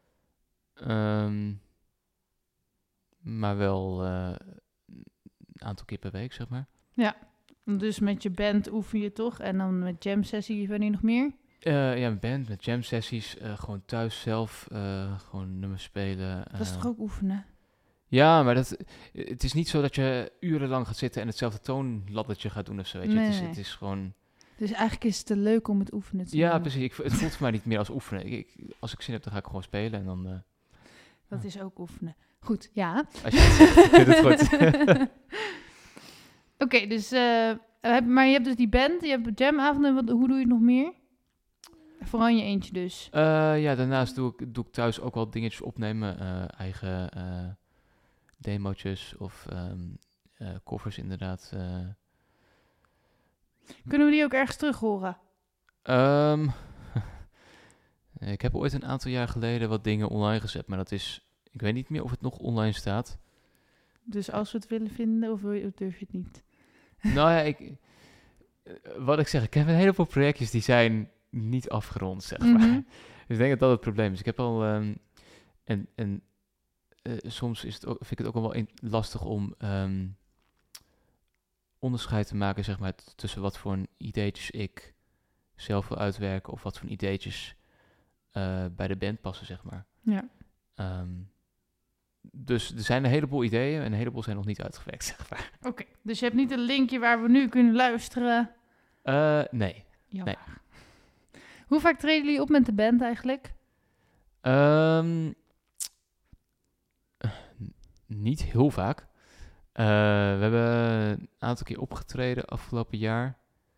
Um, maar wel uh, een aantal keer per week, zeg maar. Ja, dus met je band oefen je toch? En dan met jam sessies, ben je nog meer? Uh, ja, een band met jam sessies. Uh, gewoon thuis zelf. Uh, gewoon nummers spelen. Dat is uh, toch ook oefenen? Ja, maar dat, het is niet zo dat je urenlang gaat zitten en hetzelfde toonladdertje gaat doen of zo. Weet je? Nee, het, is, nee. het is gewoon... Dus eigenlijk is het te leuk om het oefenen te doen. Ja, precies. Ik, het voelt voor mij niet meer als oefenen. Ik, ik, als ik zin heb, dan ga ik gewoon spelen en dan... Uh, dat ja. is ook oefenen. Goed, ja. Als je het zegt, doe het goed. Oké, okay, dus... Uh, heb, maar je hebt dus die band, je hebt jamavonden. Wat, hoe doe je het nog meer? Vooral in je eentje dus. Uh, ja, daarnaast doe ik, doe ik thuis ook wel dingetjes opnemen. Uh, eigen uh, demo'tjes of um, uh, covers inderdaad. Uh. Kunnen we die ook ergens terug horen? Um, ik heb ooit een aantal jaar geleden wat dingen online gezet, maar dat is... Ik weet niet meer of het nog online staat. Dus als we het willen vinden, of durf je het niet? Nou ja, ik, wat ik zeg, ik heb een heleboel projectjes die zijn niet afgerond, zeg maar. Mm-hmm. Dus ik denk dat dat het probleem is. Ik heb al... Um, en en uh, soms is het ook, vind ik het ook wel in, lastig om um, onderscheid te maken, zeg maar, t- tussen wat voor ideetjes ik zelf wil uitwerken of wat voor ideetjes uh, bij de band passen, zeg maar. Ja. Um, dus er zijn een heleboel ideeën en een heleboel zijn nog niet uitgewerkt, zeg maar. Oké, okay, dus je hebt niet een linkje waar we nu kunnen luisteren? Uh, nee. Jammer. Nee. Hoe vaak treden jullie op met de band eigenlijk? Um, niet heel vaak. Uh, we hebben een aantal keer opgetreden afgelopen jaar.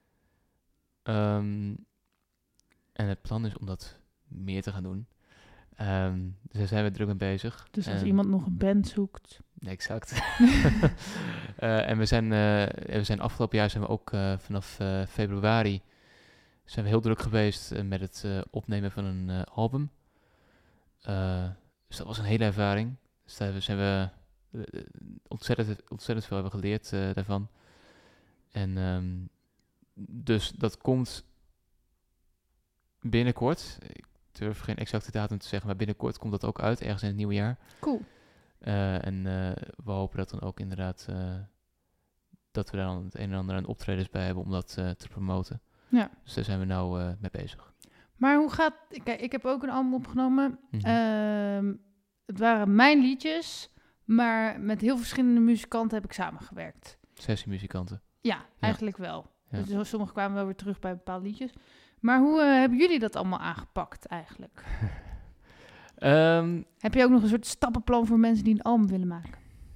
Um, en het plan is om dat meer te gaan doen. Um, dus daar zijn we druk mee bezig. Dus als en, iemand nog een band zoekt. Exact. uh, en we zijn, uh, we zijn afgelopen jaar zijn we ook uh, vanaf uh, februari zijn we heel druk geweest uh, met het uh, opnemen van een uh, album. Uh, dus dat was een hele ervaring. Dus daar zijn we uh, ontzettend, ontzettend veel hebben geleerd uh, daarvan. En um, dus dat komt binnenkort. Ik durf geen exacte datum te zeggen, maar binnenkort komt dat ook uit, ergens in het nieuwe jaar. Cool. Uh, en uh, we hopen dat dan ook inderdaad uh, dat we daar dan het een en ander aan optredens bij hebben om dat uh, te promoten. Ja. Dus daar zijn we nou uh, mee bezig. Maar hoe gaat... Kijk, ik heb ook een album opgenomen. Mm-hmm. Uh, het waren mijn liedjes, maar met heel verschillende muzikanten heb ik samengewerkt. Sessiemuzikanten. Ja, eigenlijk ja. wel. Ja. Dus sommigen kwamen wel weer terug bij bepaalde liedjes. Maar hoe uh, hebben jullie dat allemaal aangepakt eigenlijk? um, heb je ook nog een soort stappenplan voor mensen die een album willen maken?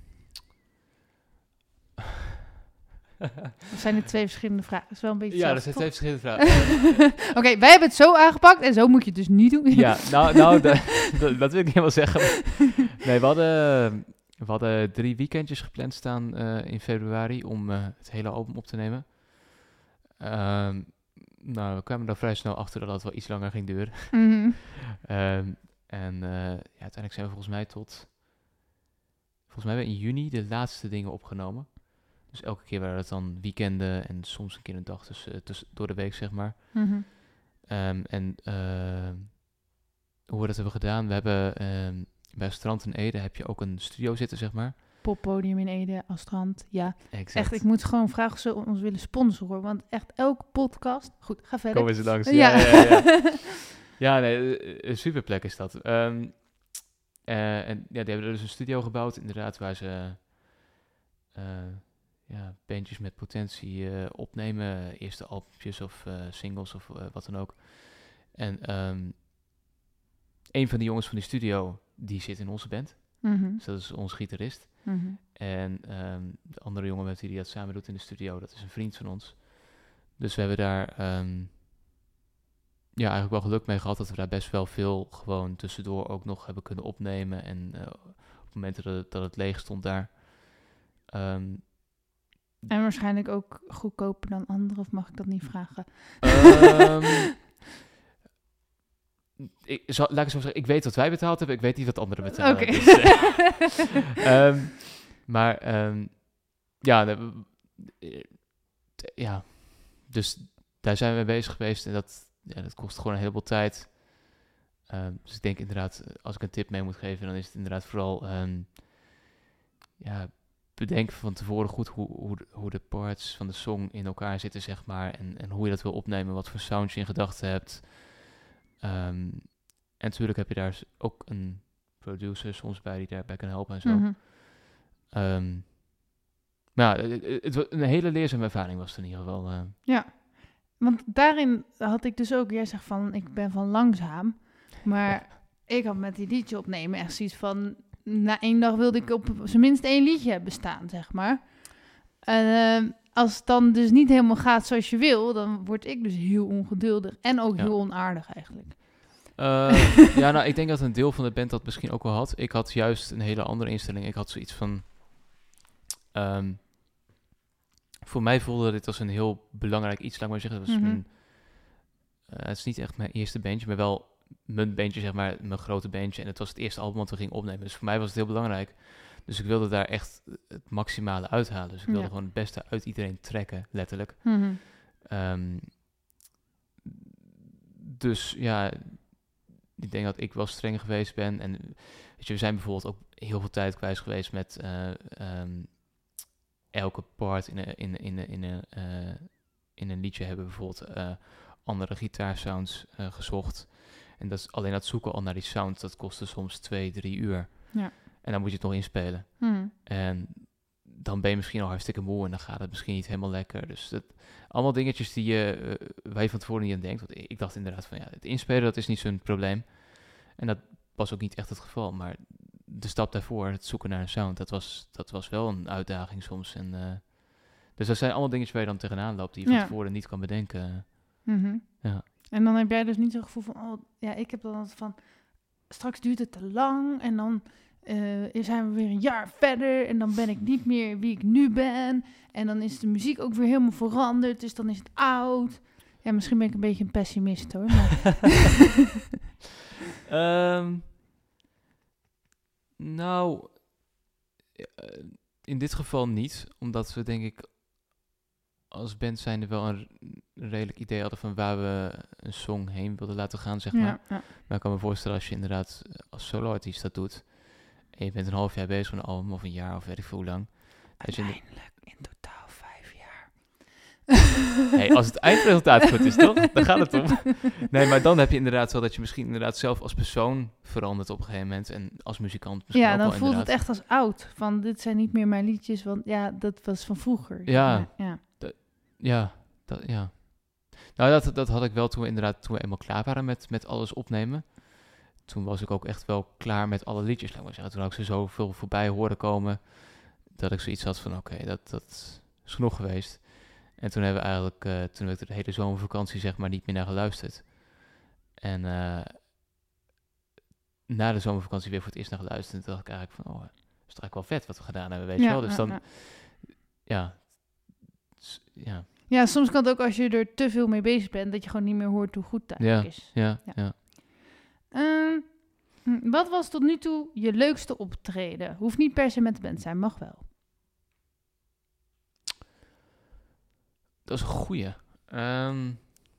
Of zijn er twee verschillende vragen? Dat is wel een beetje Ja, dat zijn twee verschillende vragen. Oké, okay, wij hebben het zo aangepakt en zo moet je het dus niet doen. Ja, nou, nou da, da, dat wil ik niet helemaal zeggen. Nee, we hadden, we hadden drie weekendjes gepland staan uh, in februari om uh, het hele album op te nemen. Um, nou, we kwamen er vrij snel achter dat het wel iets langer ging duren. Mm-hmm. um, en uh, ja, uiteindelijk zijn we volgens mij tot... Volgens mij hebben we in juni de laatste dingen opgenomen. Dus elke keer waren het dan weekenden en soms een keer een dag tussen, tussen, door de week, zeg maar. Mm-hmm. Um, en uh, hoe we dat hebben gedaan, we hebben um, bij Strand in Ede heb je ook een studio zitten, zeg maar. Poppodium in Ede, Astrand, ja. Exact. Echt, ik moet gewoon vragen of ze ons willen sponsoren, want echt elke podcast... Goed, ga verder. Kom eens langs. Ja, ja, ja, ja. Ja, nee, een super plek is dat. Um, uh, en ja, die hebben dus een studio gebouwd, inderdaad, waar ze... Uh, ja, bandjes met potentie uh, opnemen, eerste albumjes of uh, singles of uh, wat dan ook. En um, een van die jongens van die studio, die zit in onze band. Mm-hmm. Dus dat is onze gitarist. Mm-hmm. En um, de andere jongen met wie die dat samen doet in de studio, dat is een vriend van ons. Dus we hebben daar um, ja, eigenlijk wel geluk mee gehad dat we daar best wel veel gewoon tussendoor ook nog hebben kunnen opnemen. En uh, op momenten dat het, dat het leeg stond daar... Um, En waarschijnlijk ook goedkoper dan anderen, of mag ik dat niet vragen? Um, ik, zal, laat ik zo zeggen, ik weet wat wij betaald hebben, ik weet niet wat anderen betalen. Oké. Okay. Dus, uh, um, maar um, ja, uh, t- ja, dus daar zijn we mee bezig geweest en dat, ja, dat kost gewoon een heleboel tijd. Uh, dus ik denk inderdaad, als ik een tip mee moet geven, dan is het inderdaad vooral um, ja, bedenk van tevoren goed hoe, hoe, de, hoe de parts van de song in elkaar zitten, zeg maar, en, en hoe je dat wil opnemen, wat voor sound je in gedachten hebt. Um, en natuurlijk heb je daar ook een producer soms bij die daarbij kan helpen en zo. Mm-hmm. Um, maar ja, het, het, het, een hele leerzame ervaring was het in ieder geval. Uh. Ja, want daarin had ik dus ook, jij zegt van, ik ben van langzaam, maar ja. Ik had met die liedje opnemen echt zoiets van, na één dag wilde ik op zijn minst één liedje hebben staan, zeg maar. En uh, als het dan dus niet helemaal gaat zoals je wil, dan word ik dus heel ongeduldig en ook ja. heel onaardig eigenlijk. Uh, ja, nou, ik denk dat een deel van de band dat misschien ook wel had. Ik had juist een hele andere instelling. Ik had zoiets van... Um, voor mij voelde dit als een heel belangrijk iets, laat maar zeggen. Het, was mm-hmm. mijn, uh, het is niet echt mijn eerste bandje, maar wel mijn bandje, zeg maar, mijn grote bandje. En het was het eerste album wat we gingen opnemen. Dus voor mij was het heel belangrijk. Dus ik wilde daar echt het maximale uithalen. Dus ik wilde ja. gewoon het beste uit iedereen trekken, letterlijk. Mm-hmm. Um, dus ja... Ik denk dat ik wel streng geweest ben. En weet je, we zijn bijvoorbeeld ook heel veel tijd kwijt geweest met uh, um, elke part in een, in, in, in, in, uh, in een liedje hebben we bijvoorbeeld uh, andere gitaarsounds uh, gezocht. En dat is alleen dat zoeken al naar die sound, dat kostte soms twee, drie uur. Ja. En dan moet je het nog inspelen. Hmm. En dan ben je misschien al hartstikke moe en dan gaat het misschien niet helemaal lekker. Dus dat, allemaal dingetjes die je, uh, waar je van tevoren niet aan denkt. Want ik dacht inderdaad van ja, het inspelen dat is niet zo'n probleem. En dat was ook niet echt het geval. Maar de stap daarvoor, het zoeken naar een sound, dat was, dat was wel een uitdaging soms. En, uh, dus dat zijn allemaal dingetjes waar je dan tegenaan loopt die je van ja. tevoren niet kan bedenken. Mm-hmm. Ja. En dan heb jij dus niet zo'n gevoel van, oh ja, ik heb dan altijd van, straks duurt het te lang en dan uh, zijn we weer een jaar verder en dan ben ik niet meer wie ik nu ben. En dan is de muziek ook weer helemaal veranderd, dus dan is het oud. Ja, misschien ben ik een beetje een pessimist hoor. Maar um, nou, in dit geval niet, omdat we denk ik als band zijnde wel een redelijk idee hadden van waar we een song heen wilden laten gaan, zeg maar. Ja, ja. Maar ik kan me voorstellen als je inderdaad als solo-artiest dat doet en je bent een half jaar bezig met een album of een jaar of weet ik veel hoe lang. Uiteindelijk de... in totaal vijf jaar. Hey, als het eindresultaat goed is, toch? Dan gaat het om. Nee, maar dan heb je inderdaad wel dat je misschien inderdaad zelf als persoon verandert op een gegeven moment en als muzikant misschien ja, ook dan wel voelt inderdaad. Het echt als oud. Van dit zijn niet meer mijn liedjes, want ja, dat was van vroeger. Ja, ja. D- ja, dat, ja. Nou, dat, dat had ik wel toen we inderdaad toen we eenmaal klaar waren met, met alles opnemen. Toen was ik ook echt wel klaar met alle liedjes, laat maar zeggen. Toen had ik ze zoveel voorbij horen komen dat ik zoiets had van oké, okay, dat, dat is genoeg geweest. En toen hebben we eigenlijk, uh, toen heb ik de hele zomervakantie zeg maar niet meer naar geluisterd. En uh, na de zomervakantie weer voor het eerst naar geluisterd. En toen dacht ik eigenlijk van, oh, dat is eigenlijk wel vet wat we gedaan hebben, weet ja, je wel. Dus ja, dan, ja. ja, ja. Ja, soms kan het ook als je er te veel mee bezig bent, dat je gewoon niet meer hoort hoe goed het eigenlijk ja, is. Ja, ja. ja. Uh, wat was tot nu toe je leukste optreden? Hoeft niet per se met de band zijn, mag wel. Dat is een goeie. Um,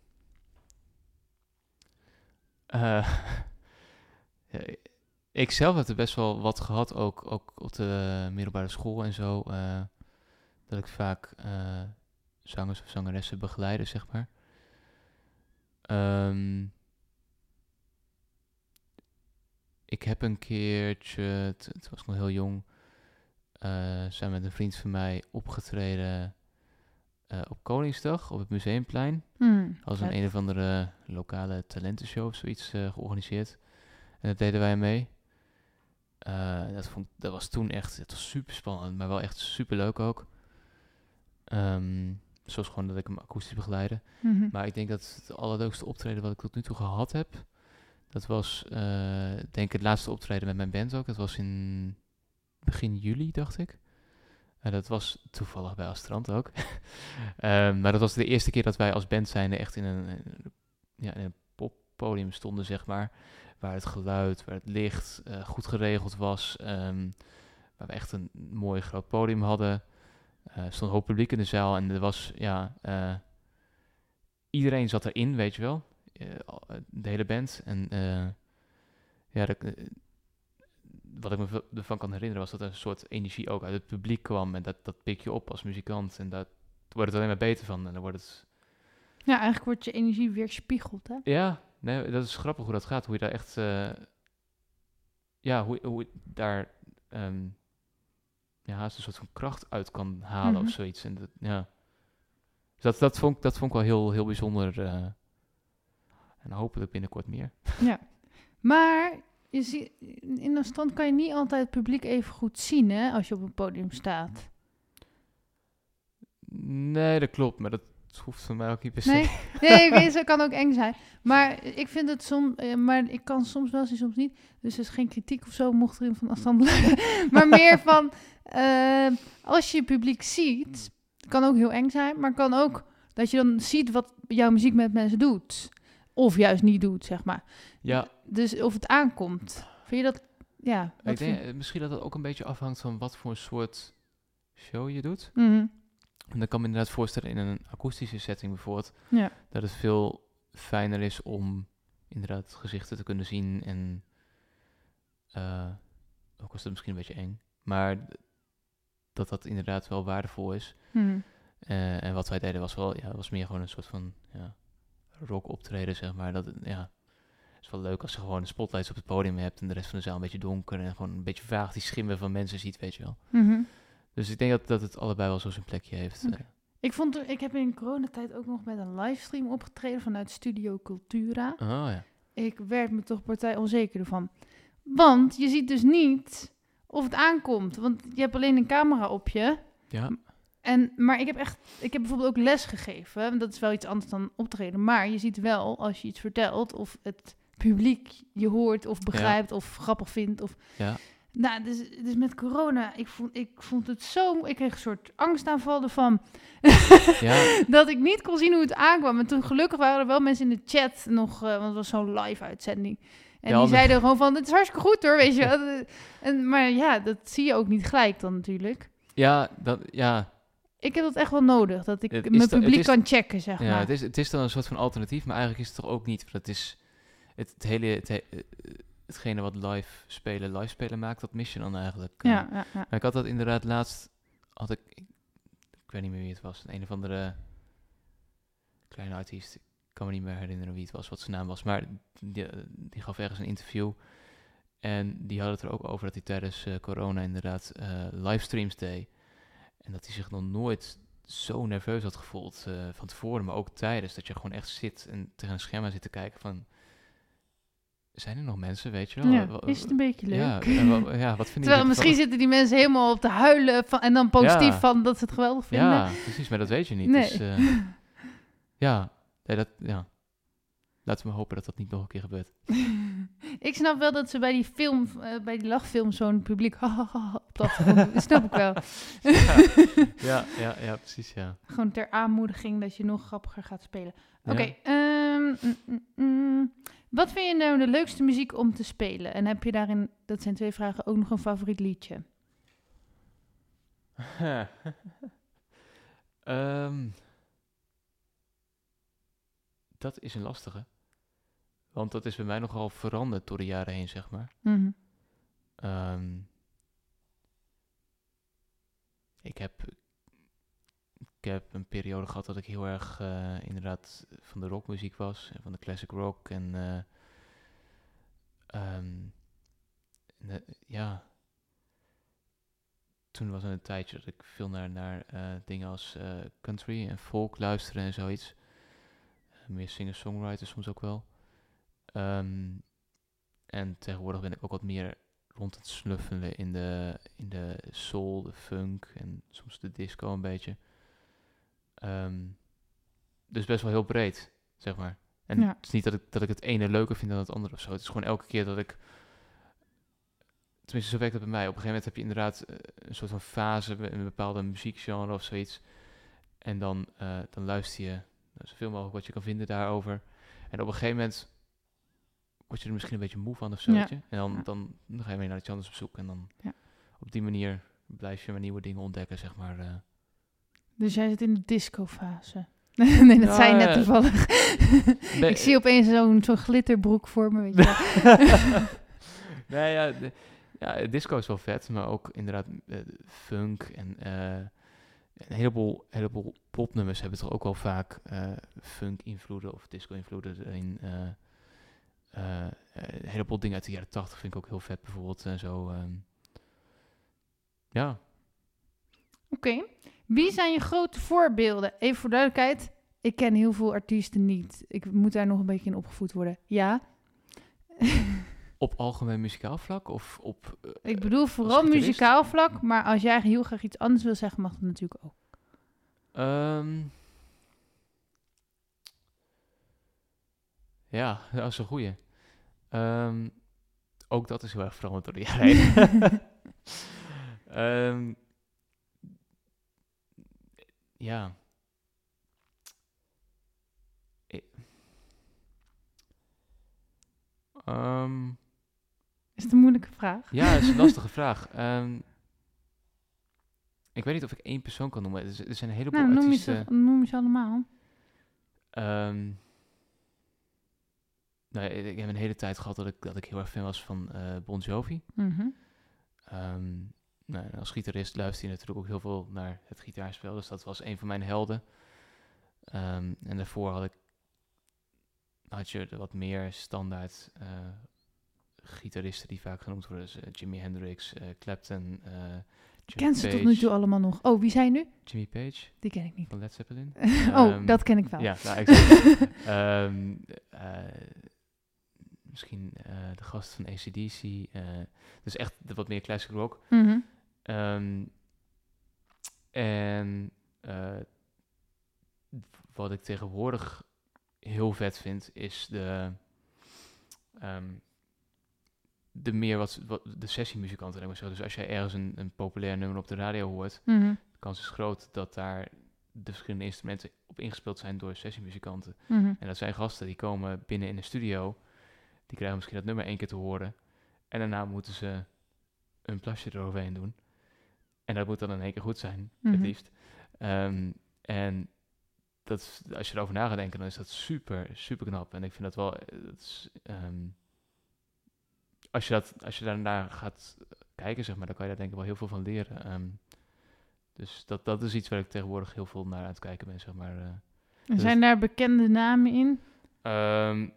uh, ik zelf heb er best wel wat gehad, ook, ook op de middelbare school en zo. Uh, dat ik vaak uh, zangers of zangeressen begeleide, zeg maar. Um, ik heb een keertje, t- toen was ik nog heel jong, uh, samen met een vriend van mij opgetreden uh, op Koningsdag op het Museumplein. Hmm, als een een of andere lokale talentenshow of zoiets uh, georganiseerd. En dat deden wij mee. Uh, dat, vond, dat was toen echt, het was super spannend, maar wel echt super leuk ook. Um, zoals gewoon dat ik hem akoestisch begeleide. Mm-hmm. Maar ik denk dat het allerleukste optreden wat ik tot nu toe gehad heb, dat was uh, denk ik het laatste optreden met mijn band ook. Dat was in begin juli, dacht ik. Uh, dat was toevallig bij Astrand ook. um, maar dat was de eerste keer dat wij als band zijnde echt in een, in, ja, in een poppodium stonden, zeg maar. Waar het geluid, waar het licht uh, goed geregeld was. Um, waar we echt een mooi groot podium hadden. uh, stond een hoop publiek in de zaal en er was, ja, uh, iedereen zat erin, weet je wel. Uh, de hele band. En uh, ja, de, uh, wat ik me v- ervan kan herinneren was dat er een soort energie ook uit het publiek kwam. En dat, dat pik je op als muzikant. En daar wordt het alleen maar beter van. En dan wordt het... Ja, eigenlijk wordt je energie weerspiegeld, hè? Ja, nee, dat is grappig hoe dat gaat. Hoe je daar echt... Uh, ja, hoe, hoe je daar... Um, ja, haast een soort van kracht uit kan halen mm-hmm. of zoiets. En dat, ja... Dus dat, dat, vond, dat vond ik wel heel, heel bijzonder. Uh, en hopelijk binnenkort meer. Ja, maar je ziet, in een stand kan je niet altijd het publiek even goed zien, hè, als je op een podium staat. Nee, dat klopt, maar dat hoeft voor mij ook niet per se. Nee, nee okay, dat kan ook eng zijn. Maar ik vind het soms, uh, maar ik kan soms wel zien, soms niet. Dus er is geen kritiek of zo, mocht erin van afstand blijven. Maar meer van, uh, als je het publiek ziet, kan ook heel eng zijn, maar kan ook dat je dan ziet wat jouw muziek met mensen doet. Of juist niet doet, zeg maar. Ja. Dus of het aankomt. Vind je dat, ja. Ik denk vind... misschien dat het ook een beetje afhangt van wat voor een soort show je doet. Mm-hmm. En dan kan me inderdaad voorstellen in een akoestische setting bijvoorbeeld, ja. dat het veel fijner is om inderdaad gezichten te kunnen zien en uh, ook was het misschien een beetje eng, maar dat dat inderdaad wel waardevol is. Mm-hmm. Uh, en wat wij deden was wel, ja, was meer gewoon een soort van ja, rock optreden, zeg maar. Dat, ja, is wel leuk als je gewoon de spotlights op het podium hebt en de rest van de zaal een beetje donker en gewoon een beetje vaag die schimmen van mensen ziet, weet je wel. Mm-hmm. Dus ik denk dat, dat het allebei wel zo zijn plekje heeft. Okay. Uh. Ik vond er, ik heb in coronatijd ook nog met een livestream opgetreden vanuit Studio Cultura. Oh ja. Ik werd me toch partij onzeker ervan. Want je ziet dus niet of het aankomt. Want je hebt alleen een camera op je. Ja. En, maar ik heb echt, ik heb bijvoorbeeld ook les gegeven. Dat is wel iets anders dan optreden. Maar je ziet wel, als je iets vertelt, of het publiek je hoort of begrijpt ja. of grappig vindt. Of, ja. Nou, dus, dus met corona, ik vond, ik vond het zo... Ik kreeg een soort angstaanval ervan. Ja. Dat ik niet kon zien hoe het aankwam. En toen gelukkig waren er wel mensen in de chat nog... Uh, want het was zo'n live-uitzending. En ja, die zeiden gewoon van, het is hartstikke goed hoor, weet je wel. Ja. En, maar ja, dat zie je ook niet gelijk dan natuurlijk. Ja, dat, ja. Ik heb dat echt wel nodig, dat ik het mijn publiek is, kan checken, zeg ja, maar. Het is, het is dan een soort van alternatief, maar eigenlijk is het toch ook niet. Het is het, het hele... Het he, hetgene wat live spelen, live spelen maakt, dat mis je dan eigenlijk. Ja, ja, ja. Maar ik had dat inderdaad laatst, had ik, ik, ik weet niet meer wie het was, een of andere kleine artiest, ik kan me niet meer herinneren wie het was, wat zijn naam was, maar die, die gaf ergens een interview en die had het er ook over dat hij tijdens uh, corona inderdaad uh, livestreams deed en dat hij zich nog nooit zo nerveus had gevoeld uh, van tevoren, maar ook tijdens, dat je gewoon echt zit en tegen een scherm aan zit te kijken van... Zijn er nog mensen, weet je wel? Ja, is het een beetje leuk. Ja, ja, ja wat vind Terwijl je misschien van... zitten die mensen helemaal op te huilen van, en dan positief ja. van dat ze het geweldig vinden. Ja, precies, maar dat weet je niet. Nee. Dus, uh, ja, nee, dat, ja, laten we hopen dat dat niet nog een keer gebeurt. Ik snap wel dat ze bij die film, uh, bij die lachfilm zo'n publiek op de achtergrond, dat snap ik wel. ja, ja, ja, ja, precies, ja. Gewoon ter aanmoediging dat je nog grappiger gaat spelen. Oké, okay, ja. um, mm, mm, mm. Wat vind je nou de leukste muziek om te spelen? En heb je daarin, dat zijn twee vragen, ook nog een favoriet liedje? um, dat is een lastige. Want dat is bij mij nogal veranderd door de jaren heen, zeg maar. Mm-hmm. Um, ik heb... Ik heb een periode gehad dat ik heel erg uh, inderdaad van de rockmuziek was. En van de classic rock. En uh, um, ne, ja, toen was er een tijdje dat ik veel naar, naar uh, dingen als uh, country en folk luisterde en zoiets. Uh, meer singer-songwriter soms ook wel. Um, en tegenwoordig ben ik ook wat meer rond het snuffelen in de, in de soul, de funk en soms de disco een beetje. Um, dus best wel heel breed, zeg maar. En ja. Het is niet dat ik, dat ik het ene leuker vind dan het andere of zo. Het is gewoon elke keer dat ik... Tenminste, zo werkt het bij mij. Op een gegeven moment heb je inderdaad uh, een soort van fase in een bepaalde muziekgenre of zoiets. En dan, uh, dan luister je zoveel mogelijk wat je kan vinden daarover. En op een gegeven moment word je er misschien een beetje moe van of zo. Ja. En dan, ja. dan, dan ga je weer naar iets anders op zoek. En dan ja. op die manier blijf je maar nieuwe dingen ontdekken, zeg maar. Uh, Dus jij zit in de disco-fase. Nee, dat Ja, zei je net ja. toevallig. Ben- Ik zie opeens zo'n zo'n glitterbroek voor me, weet je wel. Nee, ja, de, ja, disco is wel vet, maar ook inderdaad eh, funk en eh, een heleboel, heleboel popnummers hebben toch ook wel vaak eh, funk-invloeden of disco-invloeden erin. eh eh, een heleboel dingen uit de jaren tachtig vind ik ook heel vet bijvoorbeeld en zo. ehm. Ja, Oké. Wie zijn je grote voorbeelden? Even voor duidelijkheid. Ik ken heel veel artiesten niet. Ik moet daar nog een beetje in opgevoed worden. Ja. op algemeen muzikaal vlak of op... eh, Ik bedoel als vooral gitarist? muzikaal vlak. Maar als jij heel graag iets anders wil zeggen, mag dat natuurlijk ook. Ehm, ja, dat is een goeie. Ehm, ook dat is heel erg veranderd door de jaren heen. Ehm, ja. I- Ehm, Is het een moeilijke vraag? ja, dat is een lastige vraag. Ehm, ik weet niet of ik één persoon kan noemen. Er, z- er zijn een heleboel Nou, noem je, artiesten... ze, noem je ze allemaal. Ehm, nou, ja, ik ik heb een hele tijd gehad dat ik, dat ik heel erg fan was van eh, Bon Jovi. Mhm. Ehm, nou, en als gitarist luisterde je natuurlijk ook heel veel naar het gitaarspel. Dus dat was een van mijn helden. Ehm, en daarvoor had ik had je de wat meer standaard eh, gitaristen die vaak genoemd worden. Dus, eh, Jimi Hendrix, eh, Clapton, eh Ik Jimmy ken ze tot Page. nu toe allemaal nog. Oh, wie zijn nu? Jimmy Page Die ken ik niet. van Led Zeppelin. oh, Ehm, dat ken ik wel. Ja, nou, exact. Ehm, eh, misschien eh, de gast van A C D C. eh, dus echt de wat meer classic rock. Mhm. Ehm, en eh, wat ik tegenwoordig heel vet vind, is de, ehm, de meer wat, wat de sessiemuzikanten. denk ik maar zo. Dus als jij ergens een, een populair nummer op de radio hoort, Mhm. de kans is groot dat daar de verschillende instrumenten op ingespeeld zijn door sessiemuzikanten. Mhm. En dat zijn gasten die komen binnen in de studio, die krijgen misschien dat nummer één keer te horen. En daarna moeten ze een plasje eroverheen doen. En dat moet dan in één keer goed zijn, Mhm. het liefst. Ehm, en dat is, als je erover na gaat denken, dan is dat super, super knap. En ik vind dat wel... eh, Dat is, ehm, als, je dat, als je daarnaar gaat kijken, zeg maar, dan kan je daar denk ik wel heel veel van leren. Ehm, dus dat, dat is iets waar ik tegenwoordig heel veel naar aan het kijken ben, zeg maar. eh. En zijn daar bekende namen in? Ehm,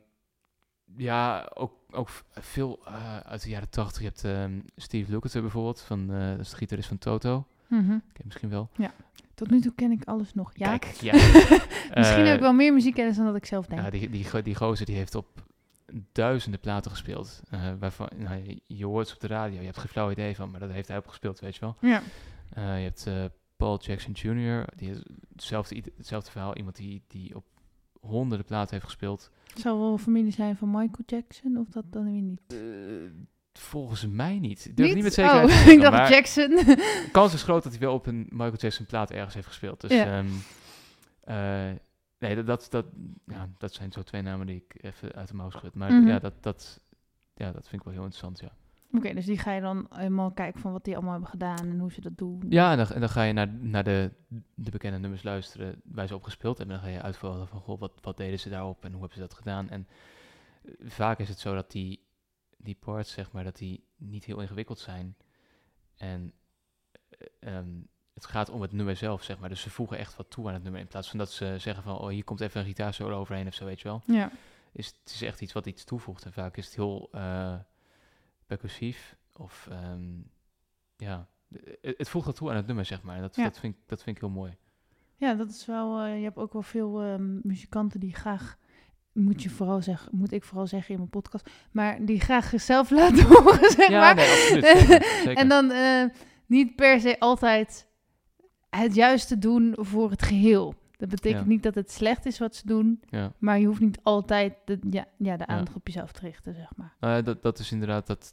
ja, ook, ook v- veel eh, uit de jaren tachtig. Je hebt ehm, Steve Lukather bijvoorbeeld, van, eh, dat is de gitarist van Toto. Mhm. Ken je misschien wel. Tot nu toe ken ik alles nog. Ja. Kijk, ja. Misschien Eh, heb ik wel meer muziekkennis dan dat ik zelf denk. Ja, die, die, go- die gozer die heeft op duizenden platen gespeeld. eh, waarvan, nou, je, je hoort ze op de radio, je hebt geen flauw idee van, maar dat heeft hij opgespeeld, weet je wel. Ja. Eh, je hebt eh, Paul Jackson junior, die is hetzelfde, i- hetzelfde verhaal. Iemand die, die op honderden platen heeft gespeeld. Het zou wel familie zijn van Michael Jackson, of dat dan weer niet? Eh, volgens mij niet. Ik durf Niet? niet met zekerheid oh, te zeggen, ik dacht maar Jackson. de kans is groot dat hij wel op een Michael Jackson plaat ergens heeft gespeeld. Dus Ja. ehm, eh, nee, dat, dat, dat, ja, dat zijn zo twee namen die ik even uit de mouw schud. Maar Mhm. ja, dat, dat, ja, dat vind ik wel heel interessant, ja. Oké, dus die ga je dan helemaal kijken van wat die allemaal hebben gedaan en hoe ze dat doen. Ja, en dan, en dan ga je naar, naar de, de bekende nummers luisteren waar ze op gespeeld hebben. En dan ga je uitvallen van, goh, wat, wat deden ze daarop en hoe hebben ze dat gedaan? En eh, vaak is het zo dat die, die parts, zeg maar, dat die niet heel ingewikkeld zijn. En eh, ehm, het gaat om het nummer zelf, zeg maar. Dus ze voegen echt wat toe aan het nummer. In plaats van dat ze zeggen van, oh, hier komt even een gitaarsolo overheen of zo, weet je wel. Ja. Is, het is echt iets wat iets toevoegt. En vaak is het heel eh, percussief. Of, ehm, ja, het, het voegt wat toe aan het nummer, zeg maar. En dat, Ja. dat, vind, ik- dat vind ik heel mooi. Ja, dat is wel. eh, je hebt ook wel veel ehm, muzikanten die graag. Moet je vooral zeggen, moet ik vooral zeggen in mijn podcast, maar die graag zichzelf laten horen, zeg Ja, maar. nee, absoluut. Zeker, zeker. En dan eh, niet per se altijd het juiste doen voor het geheel. Dat betekent Ja. niet dat het slecht is wat ze doen, Ja. maar je hoeft niet altijd de, ja, ja, de aandacht op jezelf te richten, zeg maar. Nou ja, dat, dat is inderdaad dat.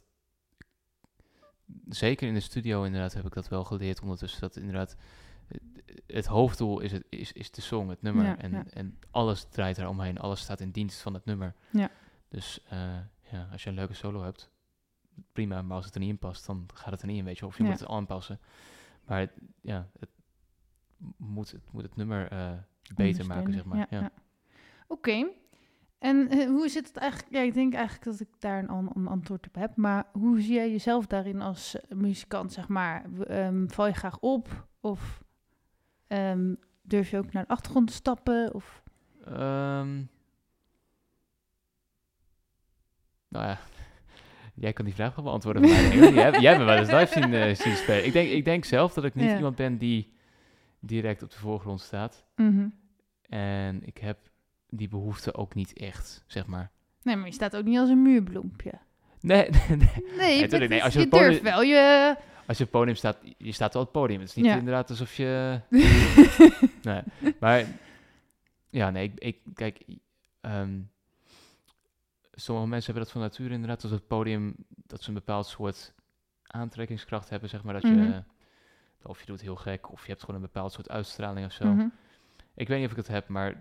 Zeker in de studio, inderdaad, heb ik dat wel geleerd ondertussen. Dat inderdaad. Het, het hoofddoel is, het, is, is de song, het nummer. Ja, en, ja. en alles draait daar omheen. Alles staat in dienst van het nummer. Ja. Dus eh, ja, als je een leuke solo hebt, prima. Maar als het er niet in past, dan gaat het er niet in, weet je. Of je Ja. moet het aanpassen. Maar het, ja, het moet het, moet het nummer uh, beter maken, zeg maar. Ja, ja. Ja. Oké. Okay. En uh, hoe zit het eigenlijk? Ja, ik denk eigenlijk dat ik daar een, an- een antwoord op heb. Maar hoe zie jij jezelf daarin als uh, muzikant, zeg maar? Um, val je graag op? Of um, durf je ook naar de achtergrond te stappen? Of... Um, nou ja, jij kan die vraag wel beantwoorden voor mij. jij, jij hebt me wel eens live zien, uh, zien spelen. Ik denk, ik denk zelf dat ik niet ja. iemand ben die direct op de voorgrond staat. Mm-hmm. En ik heb die behoefte ook niet echt, zeg maar. Nee, maar je staat ook niet als een muurbloempje. Nee, nee, nee. Nee, nee, nee, nee als je, je podium, durft wel je... Als je op het podium staat, je staat wel op het podium. Het is niet ja. inderdaad alsof je... nee, maar... Ja, nee, ik... ik kijk, um, sommige mensen hebben dat van nature inderdaad. Als op het podium, dat ze een bepaald soort aantrekkingskracht hebben, zeg maar. Dat mm-hmm. je... Of je doet heel gek, of je hebt gewoon een bepaald soort uitstraling of zo. Mm-hmm. Ik weet niet of ik het heb, maar...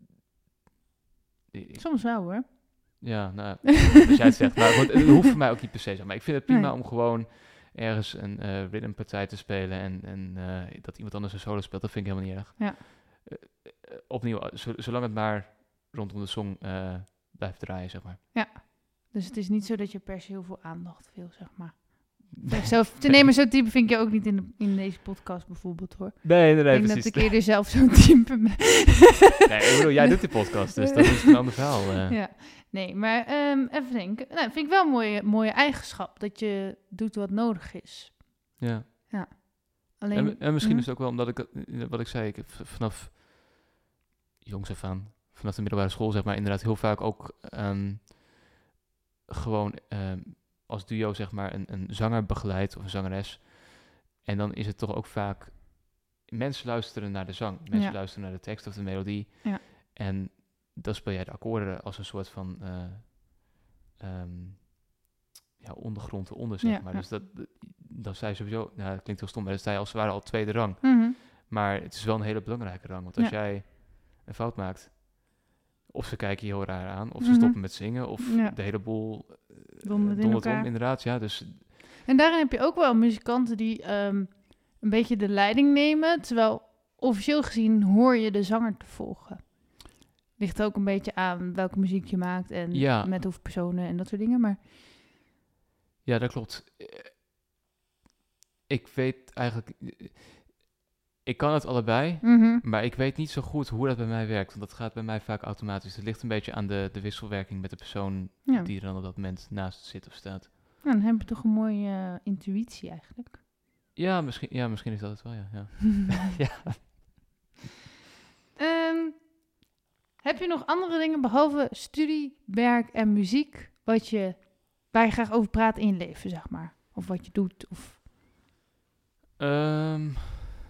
Soms wel, hoor. Ja, nou, als jij het zegt. Maar het, het hoeft voor mij ook niet per se zo. Maar ik vind het prima nee. om gewoon ergens een uh, rhythmpartij te spelen en, en uh, dat iemand anders een solo speelt. Dat vind ik helemaal niet erg. Ja. Uh, uh, opnieuw, z- zolang het maar rondom de song uh, blijft draaien, zeg maar. Ja, dus het is niet zo dat je per se heel veel aandacht wil, zeg maar. Zelf te nemen zo'n type vind ik je ook niet in, de, in deze podcast bijvoorbeeld, hoor. Nee, nee, nee, ik denk precies. dat ik eerder zelf zo'n type ben. Nee, ik bedoel, jij doet die podcast, dus dat is een ander verhaal. Uh. Ja, nee, maar um, even denken. Nou, vind ik wel een mooie, mooie eigenschap, dat je doet wat nodig is. Ja. Ja. Alleen, en, en misschien mm-hmm. is het ook wel omdat ik, wat ik zei, ik heb vanaf jongs af aan, vanaf de middelbare school, zeg maar, inderdaad heel vaak ook um, gewoon... Um, als duo, zeg maar, een, een zanger begeleidt of een zangeres. En dan is het toch ook vaak... Mensen luisteren naar de zang. Mensen ja. luisteren naar de tekst of de melodie. Ja. En dan speel jij de akkoorden als een soort van... Uh, um, ja, ondergrond eronder, zeg ja, maar. Ja. Dus dat, dan sta je sowieso... Nou, dat klinkt heel stom, maar dan sta je als het ware al tweede rang. Mm-hmm. Maar het is wel een hele belangrijke rang. Want als ja. jij een fout maakt... Of ze kijken je heel raar aan, of ze mm-hmm. stoppen met zingen, of ja. de hele boel dondert in om, inderdaad. Ja, dus... En daarin heb je ook wel muzikanten die um, een beetje de leiding nemen, terwijl officieel gezien hoor je de zanger te volgen. Ligt ook een beetje aan welke muziek je maakt en ja. met hoeveel personen en dat soort dingen, maar... Ja, dat klopt. Ik weet eigenlijk... Ik kan het allebei, mm-hmm. maar ik weet niet zo goed hoe dat bij mij werkt. Want dat gaat bij mij vaak automatisch. Het ligt een beetje aan de, de wisselwerking met de persoon ja. die er dan op dat moment naast zit of staat. Ja, dan heb je toch een mooie uh, intuïtie eigenlijk. Ja, misschien, ja, misschien is dat het wel, ja. ja. ja. Um, heb je nog andere dingen behalve studie, werk en muziek... Wat je, waar je graag over praat in je leven, zeg maar? Of wat je doet? Of... Um,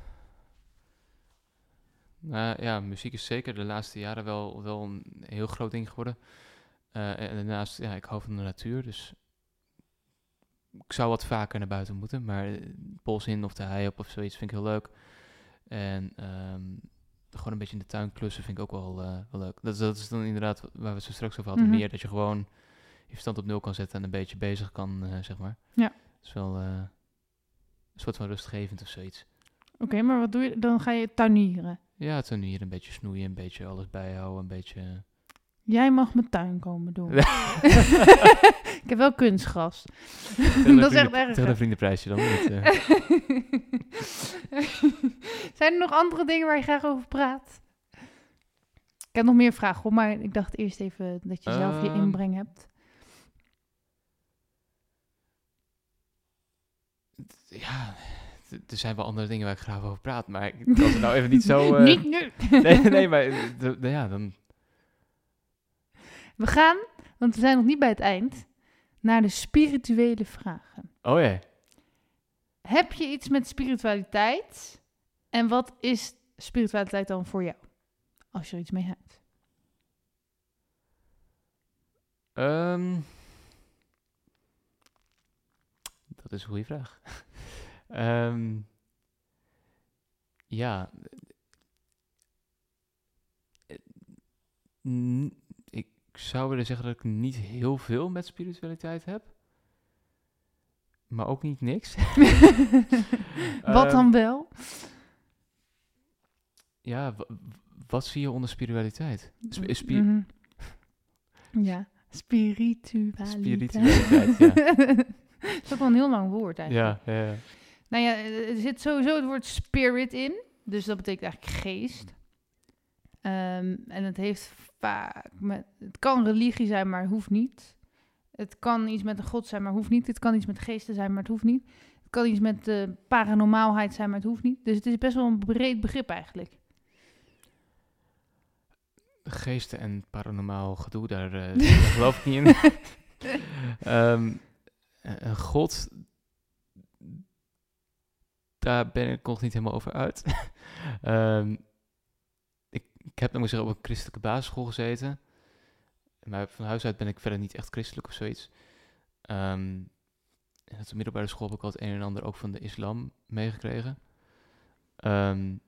nou ja, muziek is zeker de laatste jaren wel, wel een heel groot ding geworden. Uh, en daarnaast, ja, ik hou van de natuur, dus ik zou wat vaker naar buiten moeten. Maar het bos in of de hei op of zoiets vind ik heel leuk. En um, gewoon een beetje in de tuin klussen vind ik ook wel, uh, wel leuk. Dat, dat is dan inderdaad waar we het zo straks over hadden. Mm-hmm. Meer dat je gewoon je verstand op nul kan zetten en een beetje bezig kan, uh, zeg maar. Ja. Dat is wel uh, een soort van rustgevend of zoiets. Oké, okay, maar wat doe je? Dan ga je tuinieren? Ja, tuinieren, een beetje snoeien, een beetje alles bijhouden, een beetje... Jij mag mijn tuin komen doen. Ik heb wel kunstgras. Dat is echt erg. Tegen een vriendenprijsje dan niet. Uh. Zijn er nog andere dingen waar je graag over praat? Ik heb nog meer vragen, hoor, maar ik dacht eerst even dat je zelf uh, je inbreng hebt. Ja, er zijn wel andere dingen waar ik graag over praat, maar ik kan het nou even niet zo... Uh... Niet nu! nee, nee, maar de, de, ja, dan... We gaan, want we zijn nog niet bij het eind, naar de spirituele vragen. Oh ja. Heb je iets met spiritualiteit? En wat is spiritualiteit dan voor jou? Als je er iets mee hebt. Um, dat is een goede vraag. um, ja. N- ik zou willen zeggen dat ik niet heel veel met spiritualiteit heb. Maar ook niet niks. Wat dan wel? ja, w- wat zie je onder spiritualiteit? Sp- spi- Mhm. Ja, spiritualiteit. Spiritualiteit, ja. Dat is ook wel een heel lang woord eigenlijk. Ja, ja, ja. Nou ja, er zit sowieso het woord spirit in. Dus dat betekent eigenlijk geest. Um, en het heeft vaak... Met, het kan religie zijn, maar hoeft niet. Het kan iets met een god zijn, maar hoeft niet. Het kan iets met geesten zijn, maar het hoeft niet. Het kan iets met uh, paranormaalheid zijn, maar het hoeft niet. Dus het is best wel een breed begrip eigenlijk. Geesten en paranormaal gedoe, daar, uh, daar geloof ik niet in. um, een god, daar ben ik nog niet helemaal over uit. um, ik, ik heb nog maar zeggen op een christelijke basisschool gezeten. Maar van huis uit ben ik verder niet echt christelijk of zoiets. Um, en op de middelbare school heb ik al het een en ander ook van de islam meegekregen. Um,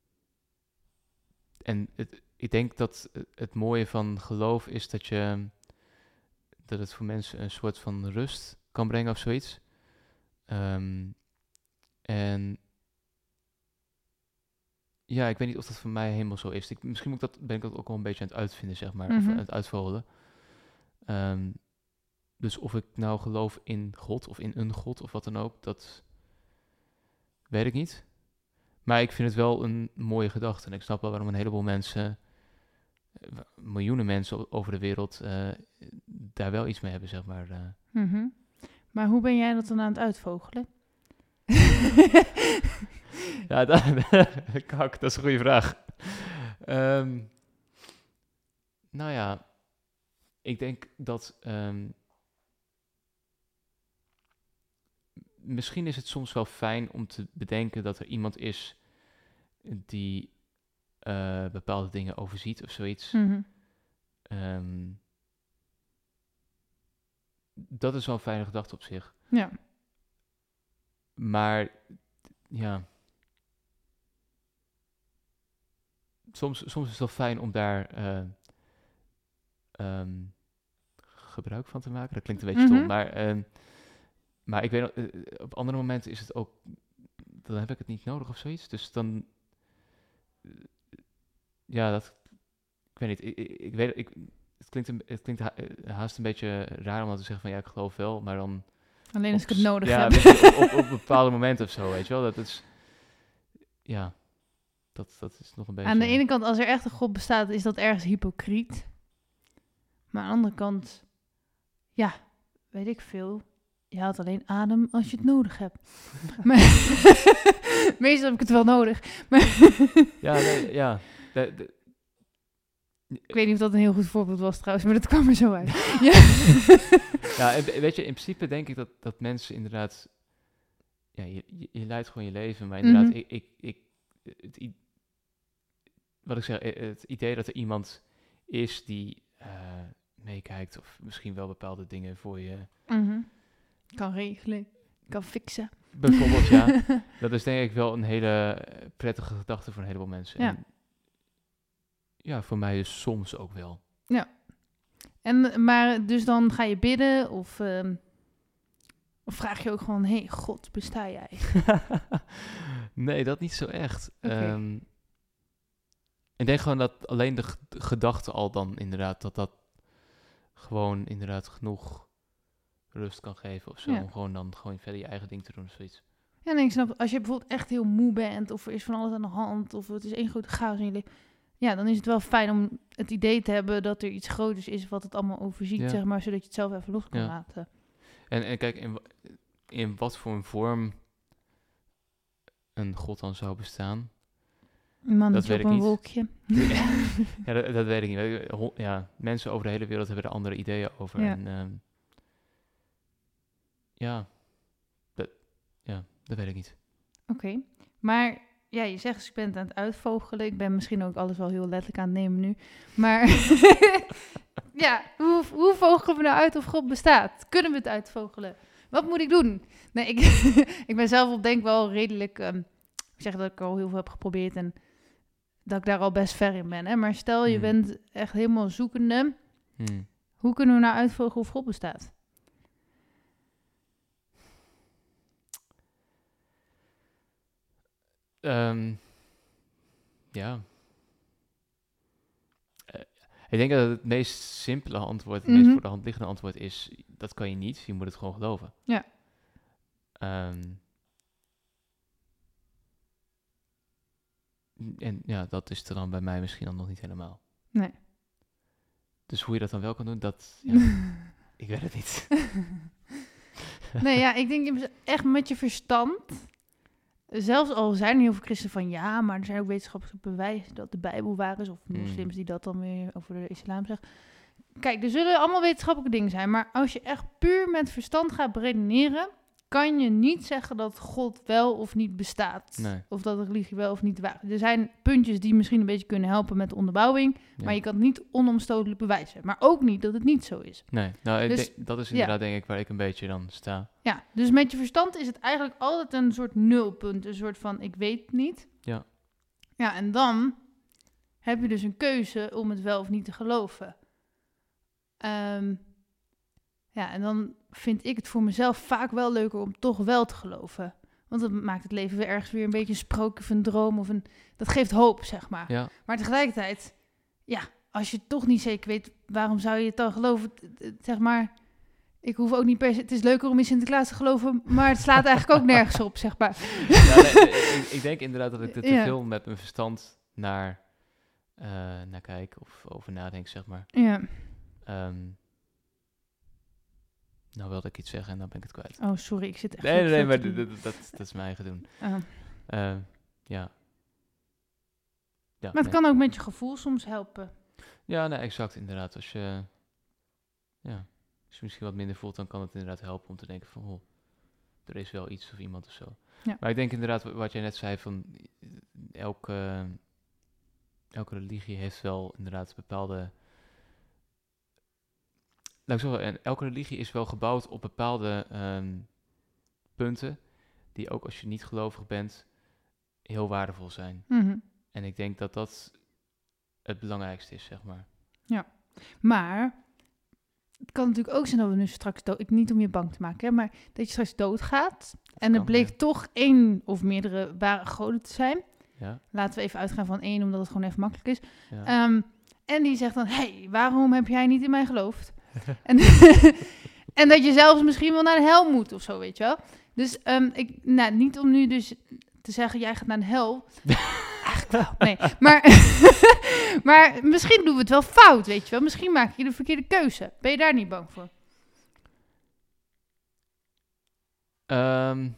en het, ik denk dat het mooie van geloof is dat je dat het voor mensen een soort van rust kan brengen of zoiets. Um, en ja, ik weet niet of dat voor mij helemaal zo is. Ik, misschien moet ik dat, ben ik dat ook wel een beetje aan het uitvinden, zeg maar. Mm-hmm. Of aan het uitvogelen. Um, dus of ik nou geloof in God of in een God of wat dan ook, dat weet ik niet. Maar ik vind het wel een mooie gedachte. En ik snap wel waarom een heleboel mensen, miljoenen mensen over de wereld, uh, daar wel iets mee hebben, zeg maar. Uh. Mm-hmm. Maar hoe ben jij dat dan aan het uitvogelen? Ja, dat, kak, dat is een goede vraag. Um, nou ja, ik denk dat um, misschien is het soms wel fijn om te bedenken dat er iemand is die uh, bepaalde dingen overziet of zoiets. Mm-hmm. Um, dat is wel een fijne gedachte op zich. Ja. Maar ja, soms, soms is het wel fijn om daar uh, um, gebruik van te maken. Dat klinkt een beetje mm-hmm. stom, maar, um, maar ik weet uh, op andere momenten is het ook, dan heb ik het niet nodig of zoiets. Dus dan, uh, ja, dat, ik weet niet, ik, ik, ik weet, ik, het klinkt, een, het klinkt ha- haast een beetje raar om dan te zeggen van ja, ik geloof wel, maar dan alleen als ik het nodig ja, heb. op, op, op bepaalde momenten of zo, weet je wel. Dat is, ja, dat, dat is nog een beetje... Aan de ene kant, als er echt een God bestaat, is dat ergens hypocriet. Maar aan de andere kant, ja, weet ik veel. Je haalt alleen adem als je het nodig hebt. Maar meestal heb ik het wel nodig. Maar ja, nee, ja. De, de, ik weet niet of dat een heel goed voorbeeld was trouwens, maar dat kwam er zo uit. Ja. Ja, en weet je, in principe denk ik dat, dat mensen inderdaad... Ja, je, je, je leidt gewoon je leven, maar inderdaad, mm-hmm. ik, ik, ik, het, wat ik zeg, het idee dat er iemand is die uh, meekijkt of misschien wel bepaalde dingen voor je... Mm-hmm. Kan regelen, kan fixen. Bijvoorbeeld, ja. Dat is denk ik wel een hele prettige gedachte voor een heleboel mensen. Ja. En, ja, voor mij dus soms ook wel. Ja. En, maar dus dan ga je bidden of, um, of vraag je ook gewoon, hey, God, besta jij? Nee, dat niet zo echt. Okay. Um, ik denk gewoon dat alleen de, g- de gedachte al dan inderdaad, dat dat gewoon inderdaad genoeg rust kan geven of zo. Ja. Om gewoon dan gewoon verder je eigen ding te doen of zoiets. Ja, nee, ik snap, als je bijvoorbeeld echt heel moe bent of er is van alles aan de hand of het is één grote chaos in je leven. Ja, dan is het wel fijn om het idee te hebben dat er iets groters is wat het allemaal overziet, Ja. zeg maar, zodat je het zelf even los kan Ja. laten. En, en kijk, in, in wat voor een vorm een god dan zou bestaan. Een mannetje dat weet op ik een niet. wolkje. Ja, dat, dat weet ik niet. Ja, mensen over de hele wereld hebben er andere ideeën over. Ja. En, um, ja, dat, ja, dat weet ik niet. Oké, okay. Maar ja, je zegt dus ik ben het aan het uitvogelen. Ik ben misschien ook alles wel heel letterlijk aan het nemen nu. Maar ja, hoe, hoe vogelen we nou uit of God bestaat? Kunnen we het uitvogelen? Wat moet ik doen? Nee, ik, ik ben zelf op denk wel redelijk... Um, ik zeg dat ik al heel veel heb geprobeerd en dat ik daar al best ver in ben. Hè? Maar stel je hmm. bent echt helemaal zoekende. Hmm. Hoe kunnen we nou uitvogelen of God bestaat? Um, ja, Ik denk dat het meest simpele antwoord, het Mm-hmm. meest voor de hand liggende antwoord is, dat kan je niet, je moet het gewoon geloven. Ja. Um, en ja, dat is er dan bij mij misschien dan nog niet helemaal. Nee. Dus hoe je dat dan wel kan doen, dat, ja, ik weet het niet. Nee, ja, ik denk echt met je verstand. Zelfs al zijn er heel veel christenen van ja, maar er zijn ook wetenschappelijke bewijzen dat de Bijbel waar is. Of moslims Mm. die dat dan weer over de islam zeggen. Kijk, er zullen allemaal wetenschappelijke dingen zijn. Maar als je echt puur met verstand gaat beredeneren, kan je niet zeggen dat God wel of niet bestaat. Nee. Of dat de religie wel of niet waar is. Er zijn puntjes die misschien een beetje kunnen helpen met de onderbouwing. Ja. Maar je kan het niet onomstotelijk bewijzen. Maar ook niet dat het niet zo is. Nee, nou, ik Dus, denk, dat is ja. inderdaad denk ik waar ik een beetje dan sta. Ja, dus met je verstand is het eigenlijk altijd een soort nulpunt. Een soort van, ik weet het niet. Ja. Ja, en dan heb je dus een keuze om het wel of niet te geloven. Um, ja, en dan vind ik het voor mezelf vaak wel leuker om toch wel te geloven. Want dat maakt het leven weer ergens weer een beetje een sprookje of een droom. Of een, dat geeft hoop, zeg maar. Ja. Maar tegelijkertijd, ja, als je toch niet zeker weet, waarom zou je het dan geloven? Zeg maar, ik hoef ook niet per se... Het is leuker om in Sinterklaas te geloven, maar het slaat eigenlijk ook nergens op, zeg maar. Ja, nee, ik, ik denk inderdaad dat ik er te Ja. veel met mijn verstand naar, uh, naar kijk of over nadenk, zeg maar. Ja. Um, nou wilde ik iets zeggen en dan ben ik het kwijt. Oh, sorry, ik zit echt... Nee, nee, nee, maar dat, dat, dat, dat, dat is mijn eigen doen. uh. Uh, ja. ja. Maar het nee. kan ook met je gevoel soms helpen. Ja, nee, exact, inderdaad. Als je, ja, als je misschien wat minder voelt, dan kan het inderdaad helpen om te denken van, oh, er is wel iets of iemand of zo. Ja. Maar ik denk inderdaad, wat jij net zei, van elke, elke religie heeft wel inderdaad bepaalde... Nou, ik zeg wel, en elke religie is wel gebouwd op bepaalde um, punten, die ook als je niet gelovig bent, heel waardevol zijn. Mm-hmm. En ik denk dat dat het belangrijkste is, zeg maar. Ja, maar het kan natuurlijk ook zijn dat we nu straks dood... Niet om je bang te maken, hè, maar dat je straks doodgaat. En er bleek ja. toch één of meerdere ware goden te zijn. Ja. Laten we even uitgaan van één, omdat het gewoon even makkelijk is. Ja. Um, en die zegt dan, hé, hey, waarom heb jij niet in mij geloofd? en, en dat je zelfs misschien wel naar de hel moet of zo, weet je wel. Dus um, ik, nou, niet om nu dus te zeggen, jij gaat naar de hel... Eigenlijk wel, nee. Maar, maar misschien doen we het wel fout, weet je wel. Misschien maak je de verkeerde keuze. Ben je daar niet bang voor? Um,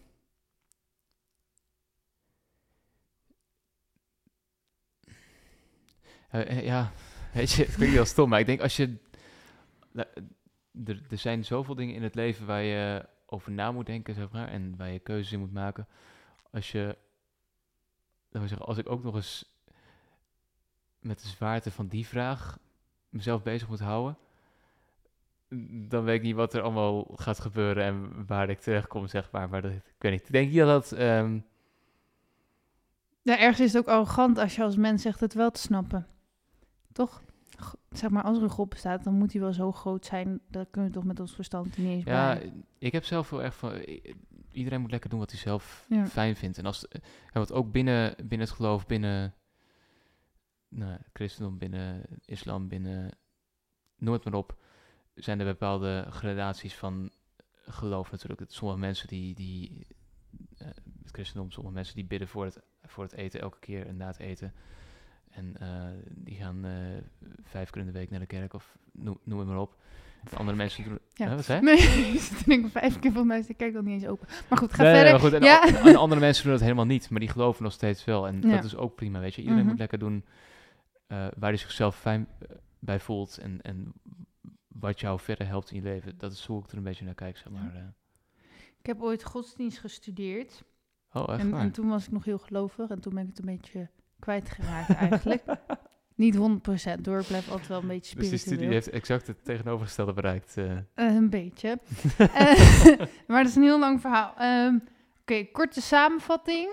uh, ja, weet je, het klinkt heel stom, maar ik denk als je... Uh, er, er zijn zoveel dingen in het leven waar je over na moet denken, zeg maar, en waar je keuzes in moet maken. Als je... Zeggen, als ik ook nog eens met de zwaarte van die vraag mezelf bezig moet houden, dan weet ik niet wat er allemaal gaat gebeuren en waar ik terechtkom, zeg maar. Maar dat, ik weet niet. Ik denk niet dat dat... Um... Ja, ergens is het ook arrogant als je als mens zegt het wel te snappen. Toch? G- zeg maar, als er een God bestaat, dan moet hij wel zo groot zijn. Dat kunnen we toch met ons verstand niet eens Ja, bij. ik heb zelf heel erg van... Iedereen moet lekker doen wat hij zelf Ja. fijn vindt. En als, ja, wat ook binnen, binnen het geloof, binnen nou, het christendom, binnen islam, binnen noem het maar op, zijn er bepaalde gradaties van geloof natuurlijk. Sommige mensen die, die uh, het christendom, sommige mensen die bidden voor het, voor het eten elke keer en na het eten. En uh, die gaan uh, vijf keer in de week naar de kerk of noem, noem het maar op. En andere mensen doen... Ja. Ja, wat zei? Nee, ik denk vijf keer van mij is de kerk nog niet eens open. Maar goed, ga nee, verder. Nee, maar goed, en, ja. al, en andere mensen doen dat helemaal niet, maar die geloven nog steeds wel. En Ja. dat is ook prima, weet je. Iedereen Mm-hmm. moet lekker doen uh, waar hij zichzelf fijn uh, bij voelt en, en wat jou verder helpt in je leven. Dat is hoe ik er een beetje naar kijk, zeg maar. Uh. Ik heb ooit godsdienst gestudeerd. Oh, echt en, waar? en toen was ik nog heel gelovig en toen ben ik het een beetje kwijtgeraakt eigenlijk. Niet honderd procent door, ik blijf altijd wel een beetje spiritueel. Dus die studie heeft exact het tegenovergestelde bereikt. Uh. Uh, een beetje. uh, maar dat is een heel lang verhaal. Um, Oké, okay, korte samenvatting.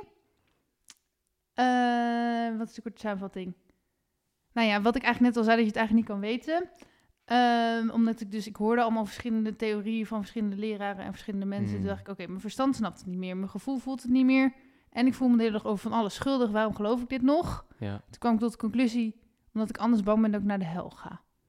Uh, wat is de korte samenvatting? Nou ja, wat ik eigenlijk net al zei, dat je het eigenlijk niet kan weten. Um, omdat ik dus, ik hoorde allemaal verschillende theorieën van verschillende leraren en verschillende mensen. Mm. Toen dacht ik, oké, okay, mijn verstand snapt het niet meer, mijn gevoel voelt het niet meer. En ik voel me de hele dag over van alles schuldig, waarom geloof ik dit nog? Ja. Toen kwam ik tot de conclusie, omdat ik anders bang ben dat ik naar de hel ga.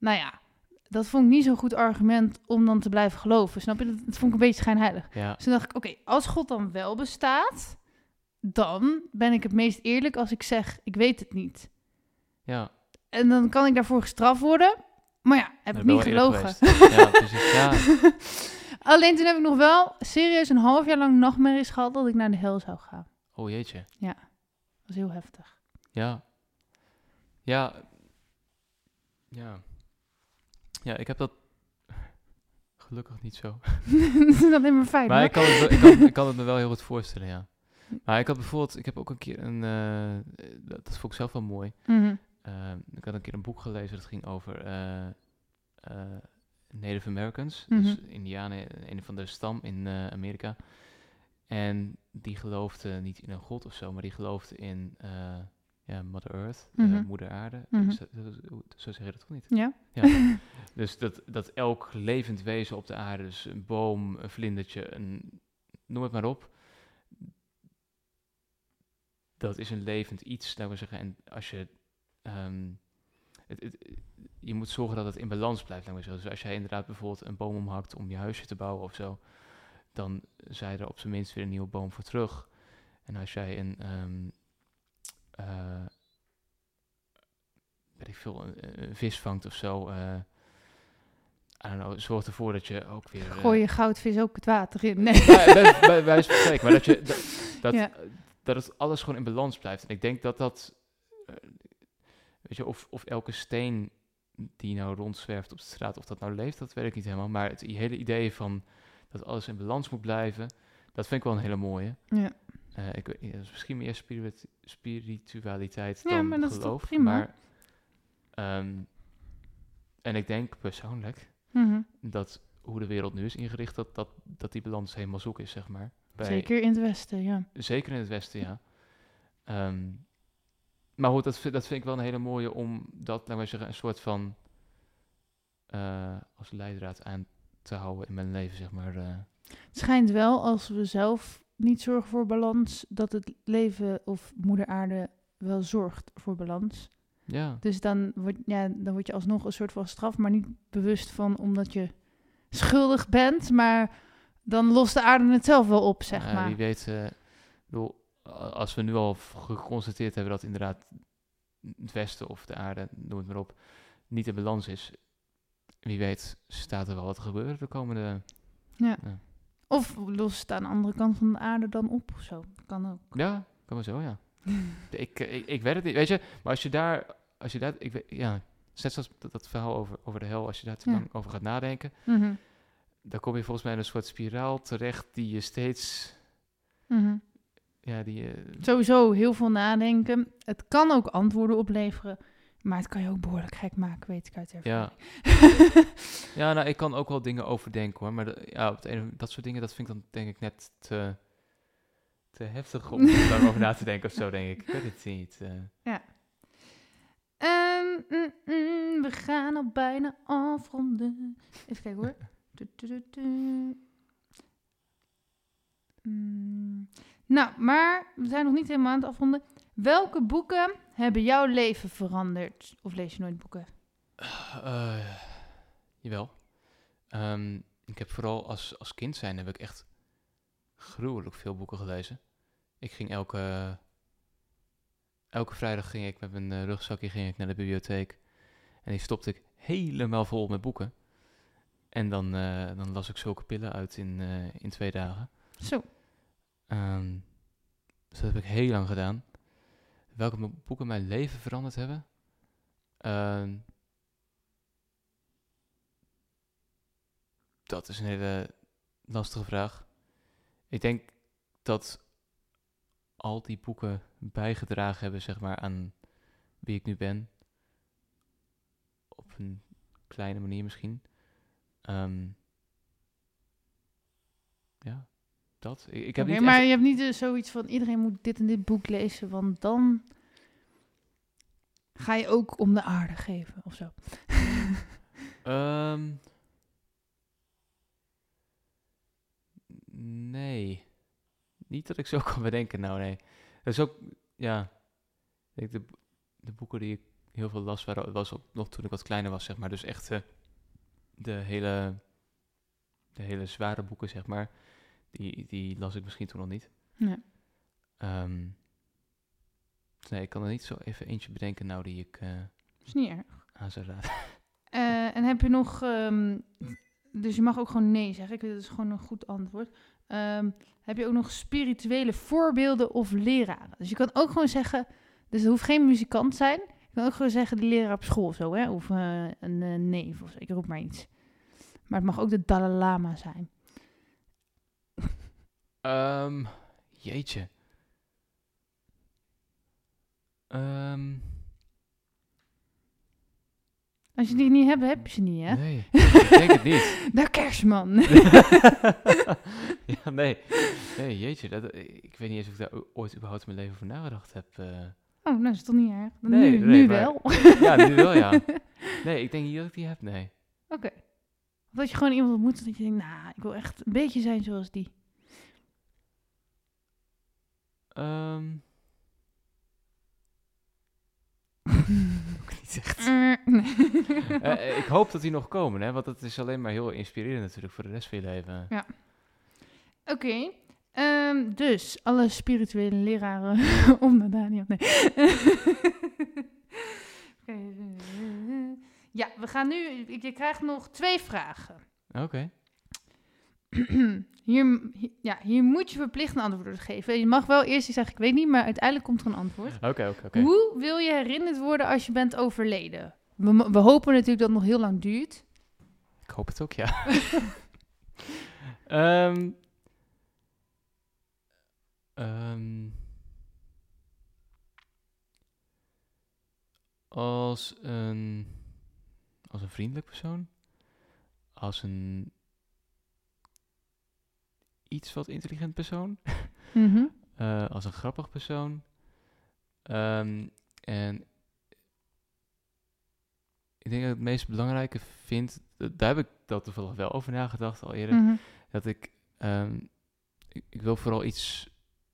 Nou ja, dat vond ik niet zo'n goed argument om dan te blijven geloven. Snap je? Dat, dat vond ik een beetje schijnheilig. Ja. Dus toen dacht ik, oké, okay, als God dan wel bestaat, dan ben ik het meest eerlijk als ik zeg, ik weet het niet. Ja. En dan kan ik daarvoor gestraft worden. Maar ja, heb ik niet gelogen. Ja, precies. Ja. Alleen toen heb ik nog wel serieus een half jaar lang nachtmerries gehad dat ik naar de hel zou gaan. Oh jeetje. Ja, dat was heel heftig. Ja. Ja. Ja. Ja, ik heb dat gelukkig niet zo. Dat is alleen maar fijn. Maar ik kan, het, ik, kan, ik kan het me wel heel goed voorstellen, ja. Maar ik had bijvoorbeeld, ik heb ook een keer een, uh, dat, dat vond ik zelf wel mooi. Mm-hmm. Uh, ik had een keer een boek gelezen dat ging over uh, uh, Native Americans, Mm-hmm. dus Indianen, een van de stam in uh, Amerika. En die geloofden niet in een god of zo, maar die geloofden in uh, ja, Mother Earth, Mm-hmm. uh, Moeder Aarde. Mm-hmm. Zo, zo, zo zeg je dat toch niet? Ja. Ja. Dus dat, dat elk levend wezen op de aarde, dus een boom, een vlindertje, een, noem het maar op, dat is een levend iets, laten we zeggen. En als je, um, het, het, je moet zorgen dat het in balans blijft, laten we zeggen. Dus als jij inderdaad bijvoorbeeld een boom omhakt om je huisje te bouwen of zo, dan zij er op zijn minst weer een nieuwe boom voor terug. En als jij een, um, uh, weet ik veel, een, een vis vangt of zo, uh, I don't know, zorg ervoor dat je ook weer... Gooi je uh, goudvis ook het water in. Nee. Bij, bij, bij wijze van spreken, maar dat je... Dat, dat, ja. dat het alles gewoon in balans blijft. En ik denk dat dat... Uh, weet je, of, of elke steen die nou rondzwerft op de straat, of dat nou leeft, dat weet ik niet helemaal. Maar het hele idee van dat alles in balans moet blijven, dat vind ik wel een hele mooie. Ja. Uh, ik, ja, dat is misschien meer spiritu- spiritualiteit ja, dan maar dat geloof. Is toch prima. Maar, um, en ik denk persoonlijk mm-hmm. dat hoe de wereld nu is ingericht, dat, dat, dat die balans helemaal zoek is, zeg maar. Bij, zeker in het Westen, ja. Zeker in het Westen, ja. Um, maar goed, dat, dat vind ik wel een hele mooie om dat, laten we zeggen, een soort van uh, als leidraad aan te houden in mijn leven, zeg maar. Uh. Het schijnt wel, als we zelf niet zorgen voor balans, dat het leven of moeder aarde wel zorgt voor balans. Ja. Dus dan word, ja, dan word je alsnog een soort van straf, maar niet bewust van omdat je schuldig bent, maar dan lost de aarde het zelf wel op, zeg uh, maar. Wie weet, uh, bedoel, als we nu al geconstateerd hebben dat inderdaad het Westen of de aarde, noem het maar op, niet in balans is, wie weet staat er wel wat te gebeuren de komende... Ja. ja. Of lost het aan de andere kant van de aarde dan op of zo. Kan ook. Ja, kan maar zo, ja. ik, ik, ik weet het niet, weet je, maar als je daar, als je daar, ik weet, ja, net zoals dat, dat verhaal over, over de hel, als je daar te ja. lang over gaat nadenken, mm-hmm. dan kom je volgens mij in een soort spiraal terecht die je steeds... Mm-hmm. Ja, die, uh... Sowieso heel veel nadenken. Het kan ook antwoorden opleveren, maar het kan je ook behoorlijk gek maken, weet ik uit ervaring. Ja. ja, nou, ik kan ook wel dingen overdenken hoor, maar de, ja, op het ene, dat soort dingen, dat vind ik dan denk ik net te, te heftig om daarover na te denken of zo, denk ik. Ik weet het niet. Uh. Ja. Um, mm, mm, we gaan al bijna afronden. Even kijken hoor. du, du, du, du. Mm. Nou, maar we zijn nog niet helemaal aan het afronden. Welke boeken hebben jouw leven veranderd? Of lees je nooit boeken? Uh, jawel. Um, ik heb vooral als, als kind zijn heb ik echt gruwelijk veel boeken gelezen. Ik ging elke, elke vrijdag ging ik met mijn uh, rugzakje ging ik naar de bibliotheek. En die stopte ik helemaal vol met boeken. En dan, uh, dan las ik zulke pillen uit in, uh, in twee dagen. Zo. Um, dus dat heb ik heel lang gedaan. Welke m- boeken mijn leven veranderd hebben? Um, dat is een hele lastige vraag. Ik denk dat al die boeken bijgedragen hebben, zeg maar, aan wie ik nu ben. Op een kleine manier misschien. Um, ja. Dat. Ik, ik heb okay, niet maar echt... je hebt niet uh, zoiets van iedereen moet dit en dit boek lezen, want dan ga je ook om de aarde geven of zo. um, nee. Niet dat ik zo kan bedenken, nou nee. Dat is ook, ja, ik de, de boeken die ik heel veel las, waren, was ook nog toen ik wat kleiner was, zeg maar. Dus echt uh, de, hele, de hele zware boeken, zeg maar, die, die las ik misschien toen nog niet. Nee. Um, nee, ik kan er niet zo even eentje bedenken nou die ik... Uh, is niet erg. aan zou raden. Uh, en heb je nog... Um, dus je mag ook gewoon nee zeggen. Ik weet, dat is gewoon een goed antwoord. Um, heb je ook nog spirituele voorbeelden of leraren? Dus je kan ook gewoon zeggen... Dus het hoeft geen muzikant te zijn. Je kan ook gewoon zeggen de leraar op school of zo, hè? Of uh, een uh, neef of zo. Ik roep maar iets. Maar het mag ook de Dalai Lama zijn. Um, jeetje. Um... Als je die niet hebt, heb je ze niet, hè? Nee, ik denk het niet. De Kerstman. ja, nee. Nee, jeetje. Dat, ik weet niet eens of ik daar ooit überhaupt in mijn leven voor nagedacht heb. Uh... Oh, nou, dat is toch niet erg? Dan nee, nu nee, nu maar, wel. ja, nu wel, ja. Nee, ik denk niet dat ik die heb, nee. Oké. Okay. Of dat je gewoon iemand ontmoet dat je denkt, nou, ik wil echt een beetje zijn zoals die. Um... ook niet echt. Uh, nee. uh, ik hoop dat die nog komen, hè, want dat is alleen maar heel inspirerend natuurlijk voor de rest van je leven. Ja. Oké. Okay. Um, dus, alle spirituele leraren om naar Daniel. Nee. okay. Ja, we gaan nu... Je krijgt nog twee vragen. Oké. Okay. Hier, hier, ja, hier moet je verplicht een antwoord op geven. Je mag wel eerst zeggen, ik weet niet, maar uiteindelijk komt er een antwoord. Oké, okay, oké, okay, oké. Okay. Hoe wil je herinnerd worden als je bent overleden? We, we hopen natuurlijk dat het nog heel lang duurt. Ik hoop het ook, ja. um, um, als een, als een vriendelijk persoon, als een iets wat intelligent persoon, mm-hmm. uh, als een grappig persoon. Um, en ik denk dat ik het meest belangrijke vind, daar heb ik dat toevallig wel over nagedacht al eerder, mm-hmm. dat ik, um, ik, ik wil vooral iets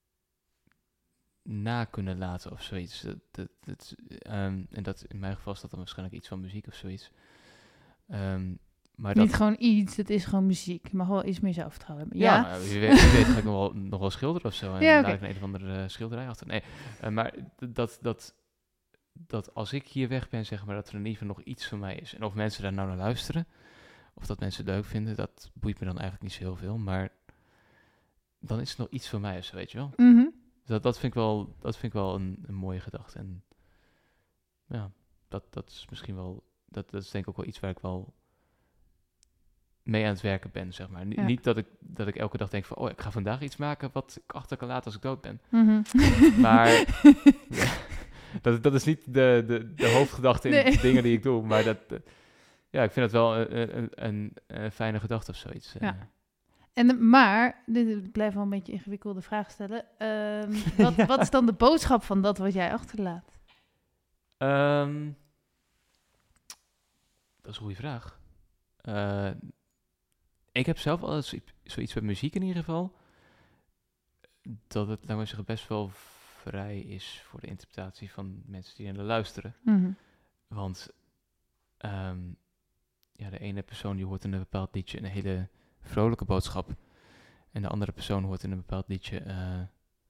na kunnen laten of zoiets. Dat, dat, dat, um, en dat in mijn geval is dat dan waarschijnlijk iets van muziek of zoiets. Um, Maar Niet dat... gewoon iets, het is gewoon muziek. Je mag wel iets meer zelfvertrouwen hebben. Ja, Ja, nou, wie weet, wie weet ga ik nog wel, nog wel schilderen of zo. En ja, daar okay. ik een of andere uh, schilderij achter. Nee, uh, maar dat, dat, dat als ik hier weg ben, zeg maar, dat er in ieder geval nog iets van mij is. En of mensen daar nou naar luisteren, of dat mensen het leuk vinden, dat boeit me dan eigenlijk niet zo heel veel. Maar dan is het nog iets van mij of zo, weet je wel. Mm-hmm. Dat, dat vind ik wel, dat vind ik wel een, een mooie gedachte. En ja, dat, dat is misschien wel, dat, dat is denk ik ook wel iets waar ik wel mee aan het werken ben, zeg maar. N- ja. Niet dat ik, dat ik elke dag denk van, oh, ik ga vandaag iets maken wat ik achter kan laten als ik dood ben. Mm-hmm. Maar ja, dat, dat is niet de, de, de hoofdgedachte in Nee. de dingen die ik doe. Maar dat, uh, ja, ik vind het wel een, een, een, een fijne gedachte of zoiets. Ja. En de, maar, dit, ik blijf wel een beetje ingewikkelde vraag stellen. Um, wat, ja. wat is dan de boodschap van dat wat jij achterlaat? Um, dat is een goede vraag. Uh, ik heb zelf altijd zoiets, zoiets met muziek in ieder geval, dat het, laat maar zeggen, best wel vrij is voor de interpretatie van mensen die naar luisteren. Mm-hmm. Want um, ja, de ene persoon die hoort in een bepaald liedje een hele vrolijke boodschap. En de andere persoon hoort in een bepaald liedje uh,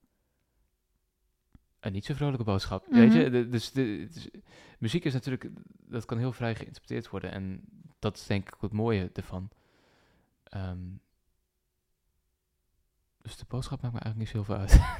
een niet zo vrolijke boodschap. Mm-hmm. Weet je, de, dus de, dus, muziek is natuurlijk, dat kan heel vrij geïnterpreteerd worden. En dat is denk ik het mooie ervan. Um, dus de boodschap maakt me eigenlijk niet zoveel uit.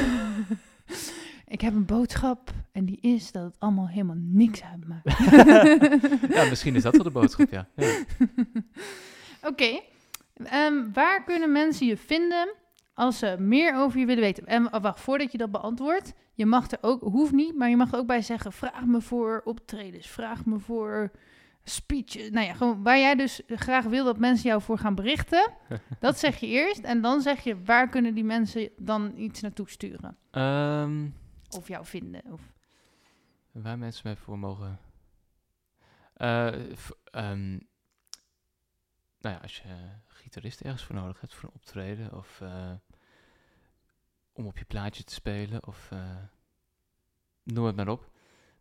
Ik heb een boodschap en die is dat het allemaal helemaal niks uitmaakt. Ja, misschien is dat wel de boodschap, ja. ja. Oké. Okay. Um, waar kunnen mensen je vinden als ze meer over je willen weten? En oh, wacht, voordat je dat beantwoordt, je mag er ook, hoeft niet, maar je mag er ook bij zeggen, vraag me voor optredens, vraag me voor speeches. Nou ja, gewoon waar jij dus graag wil dat mensen jou voor gaan berichten, dat zeg je eerst. En dan zeg je, waar kunnen die mensen dan iets naartoe sturen? Um, of jou vinden. Of... Waar mensen mij voor mogen... Uh, f- um, nou ja, als je gitarist ergens voor nodig hebt voor een optreden, of uh, om op je plaatje te spelen, of uh, noem het maar op,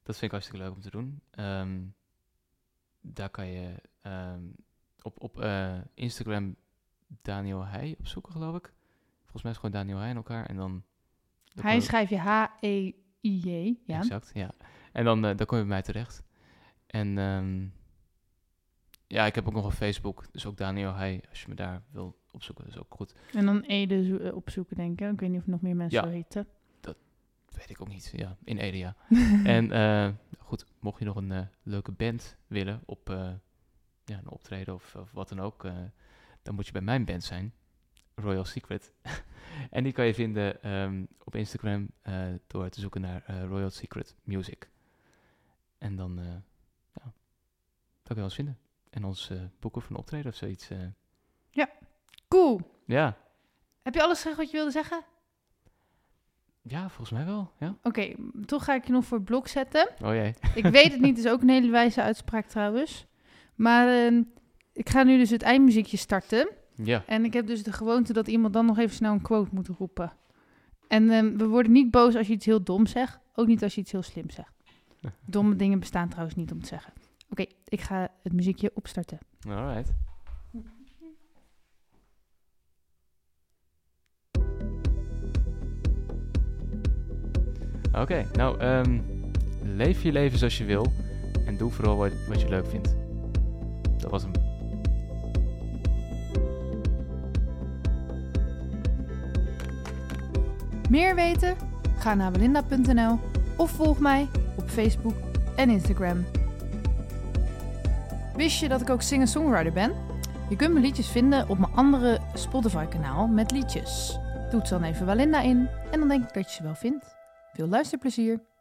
dat vind ik hartstikke leuk om te doen. Um, daar kan je um, op, op uh, Instagram Daniel Heij opzoeken, geloof ik. Volgens mij is het gewoon Daniel Heij in elkaar. En dan, dan Hij je... schrijf je H E I J. Ja. Exact, ja. En dan, uh, dan kom je bij mij terecht. En um, ja, ik heb ook nog een Facebook. Dus ook Daniel Heij, als je me daar wil opzoeken, is ook goed. En dan Ede zo- opzoeken, denk ik. Ik weet niet of nog meer mensen Ja. zo heten. Weet ik ook niet, ja, in Ede, ja. En uh, goed, mocht je nog een uh, leuke band willen op uh, ja, een optreden of, of wat dan ook, uh, dan moet je bij mijn band zijn, Royal Secret. En die kan je vinden um, op Instagram uh, door te zoeken naar uh, Royal Secret Music. En dan, uh, ja, dan kan je ons vinden. En ons uh, boeken voor een optreden of zoiets. Uh. Ja, cool. Ja. Heb je alles gezegd wat je wilde zeggen? Ja, volgens mij wel, ja. Oké, okay, toch ga ik je nog voor het blok zetten. Oh jee. Ik weet het niet, is ook een hele wijze uitspraak trouwens. Maar uh, ik ga nu dus het eindmuziekje starten. Ja. En ik heb dus de gewoonte dat iemand dan nog even snel een quote moet roepen. En uh, we worden niet boos als je iets heel dom zegt. Ook niet als je iets heel slim zegt. Domme dingen bestaan trouwens niet om te zeggen. Oké, okay, ik ga het muziekje opstarten. Alright. Oké, okay, nou, um, leef je leven zoals je wil en doe vooral wat, wat je leuk vindt. Dat was hem. Meer weten? Ga naar belinda punt n l of volg mij op Facebook en Instagram. Wist je dat ik ook singer-songwriter ben? Je kunt mijn liedjes vinden op mijn andere Spotify-kanaal met liedjes. Toets dan even Belinda in en dan denk ik dat je ze wel vindt. Veel luisterplezier!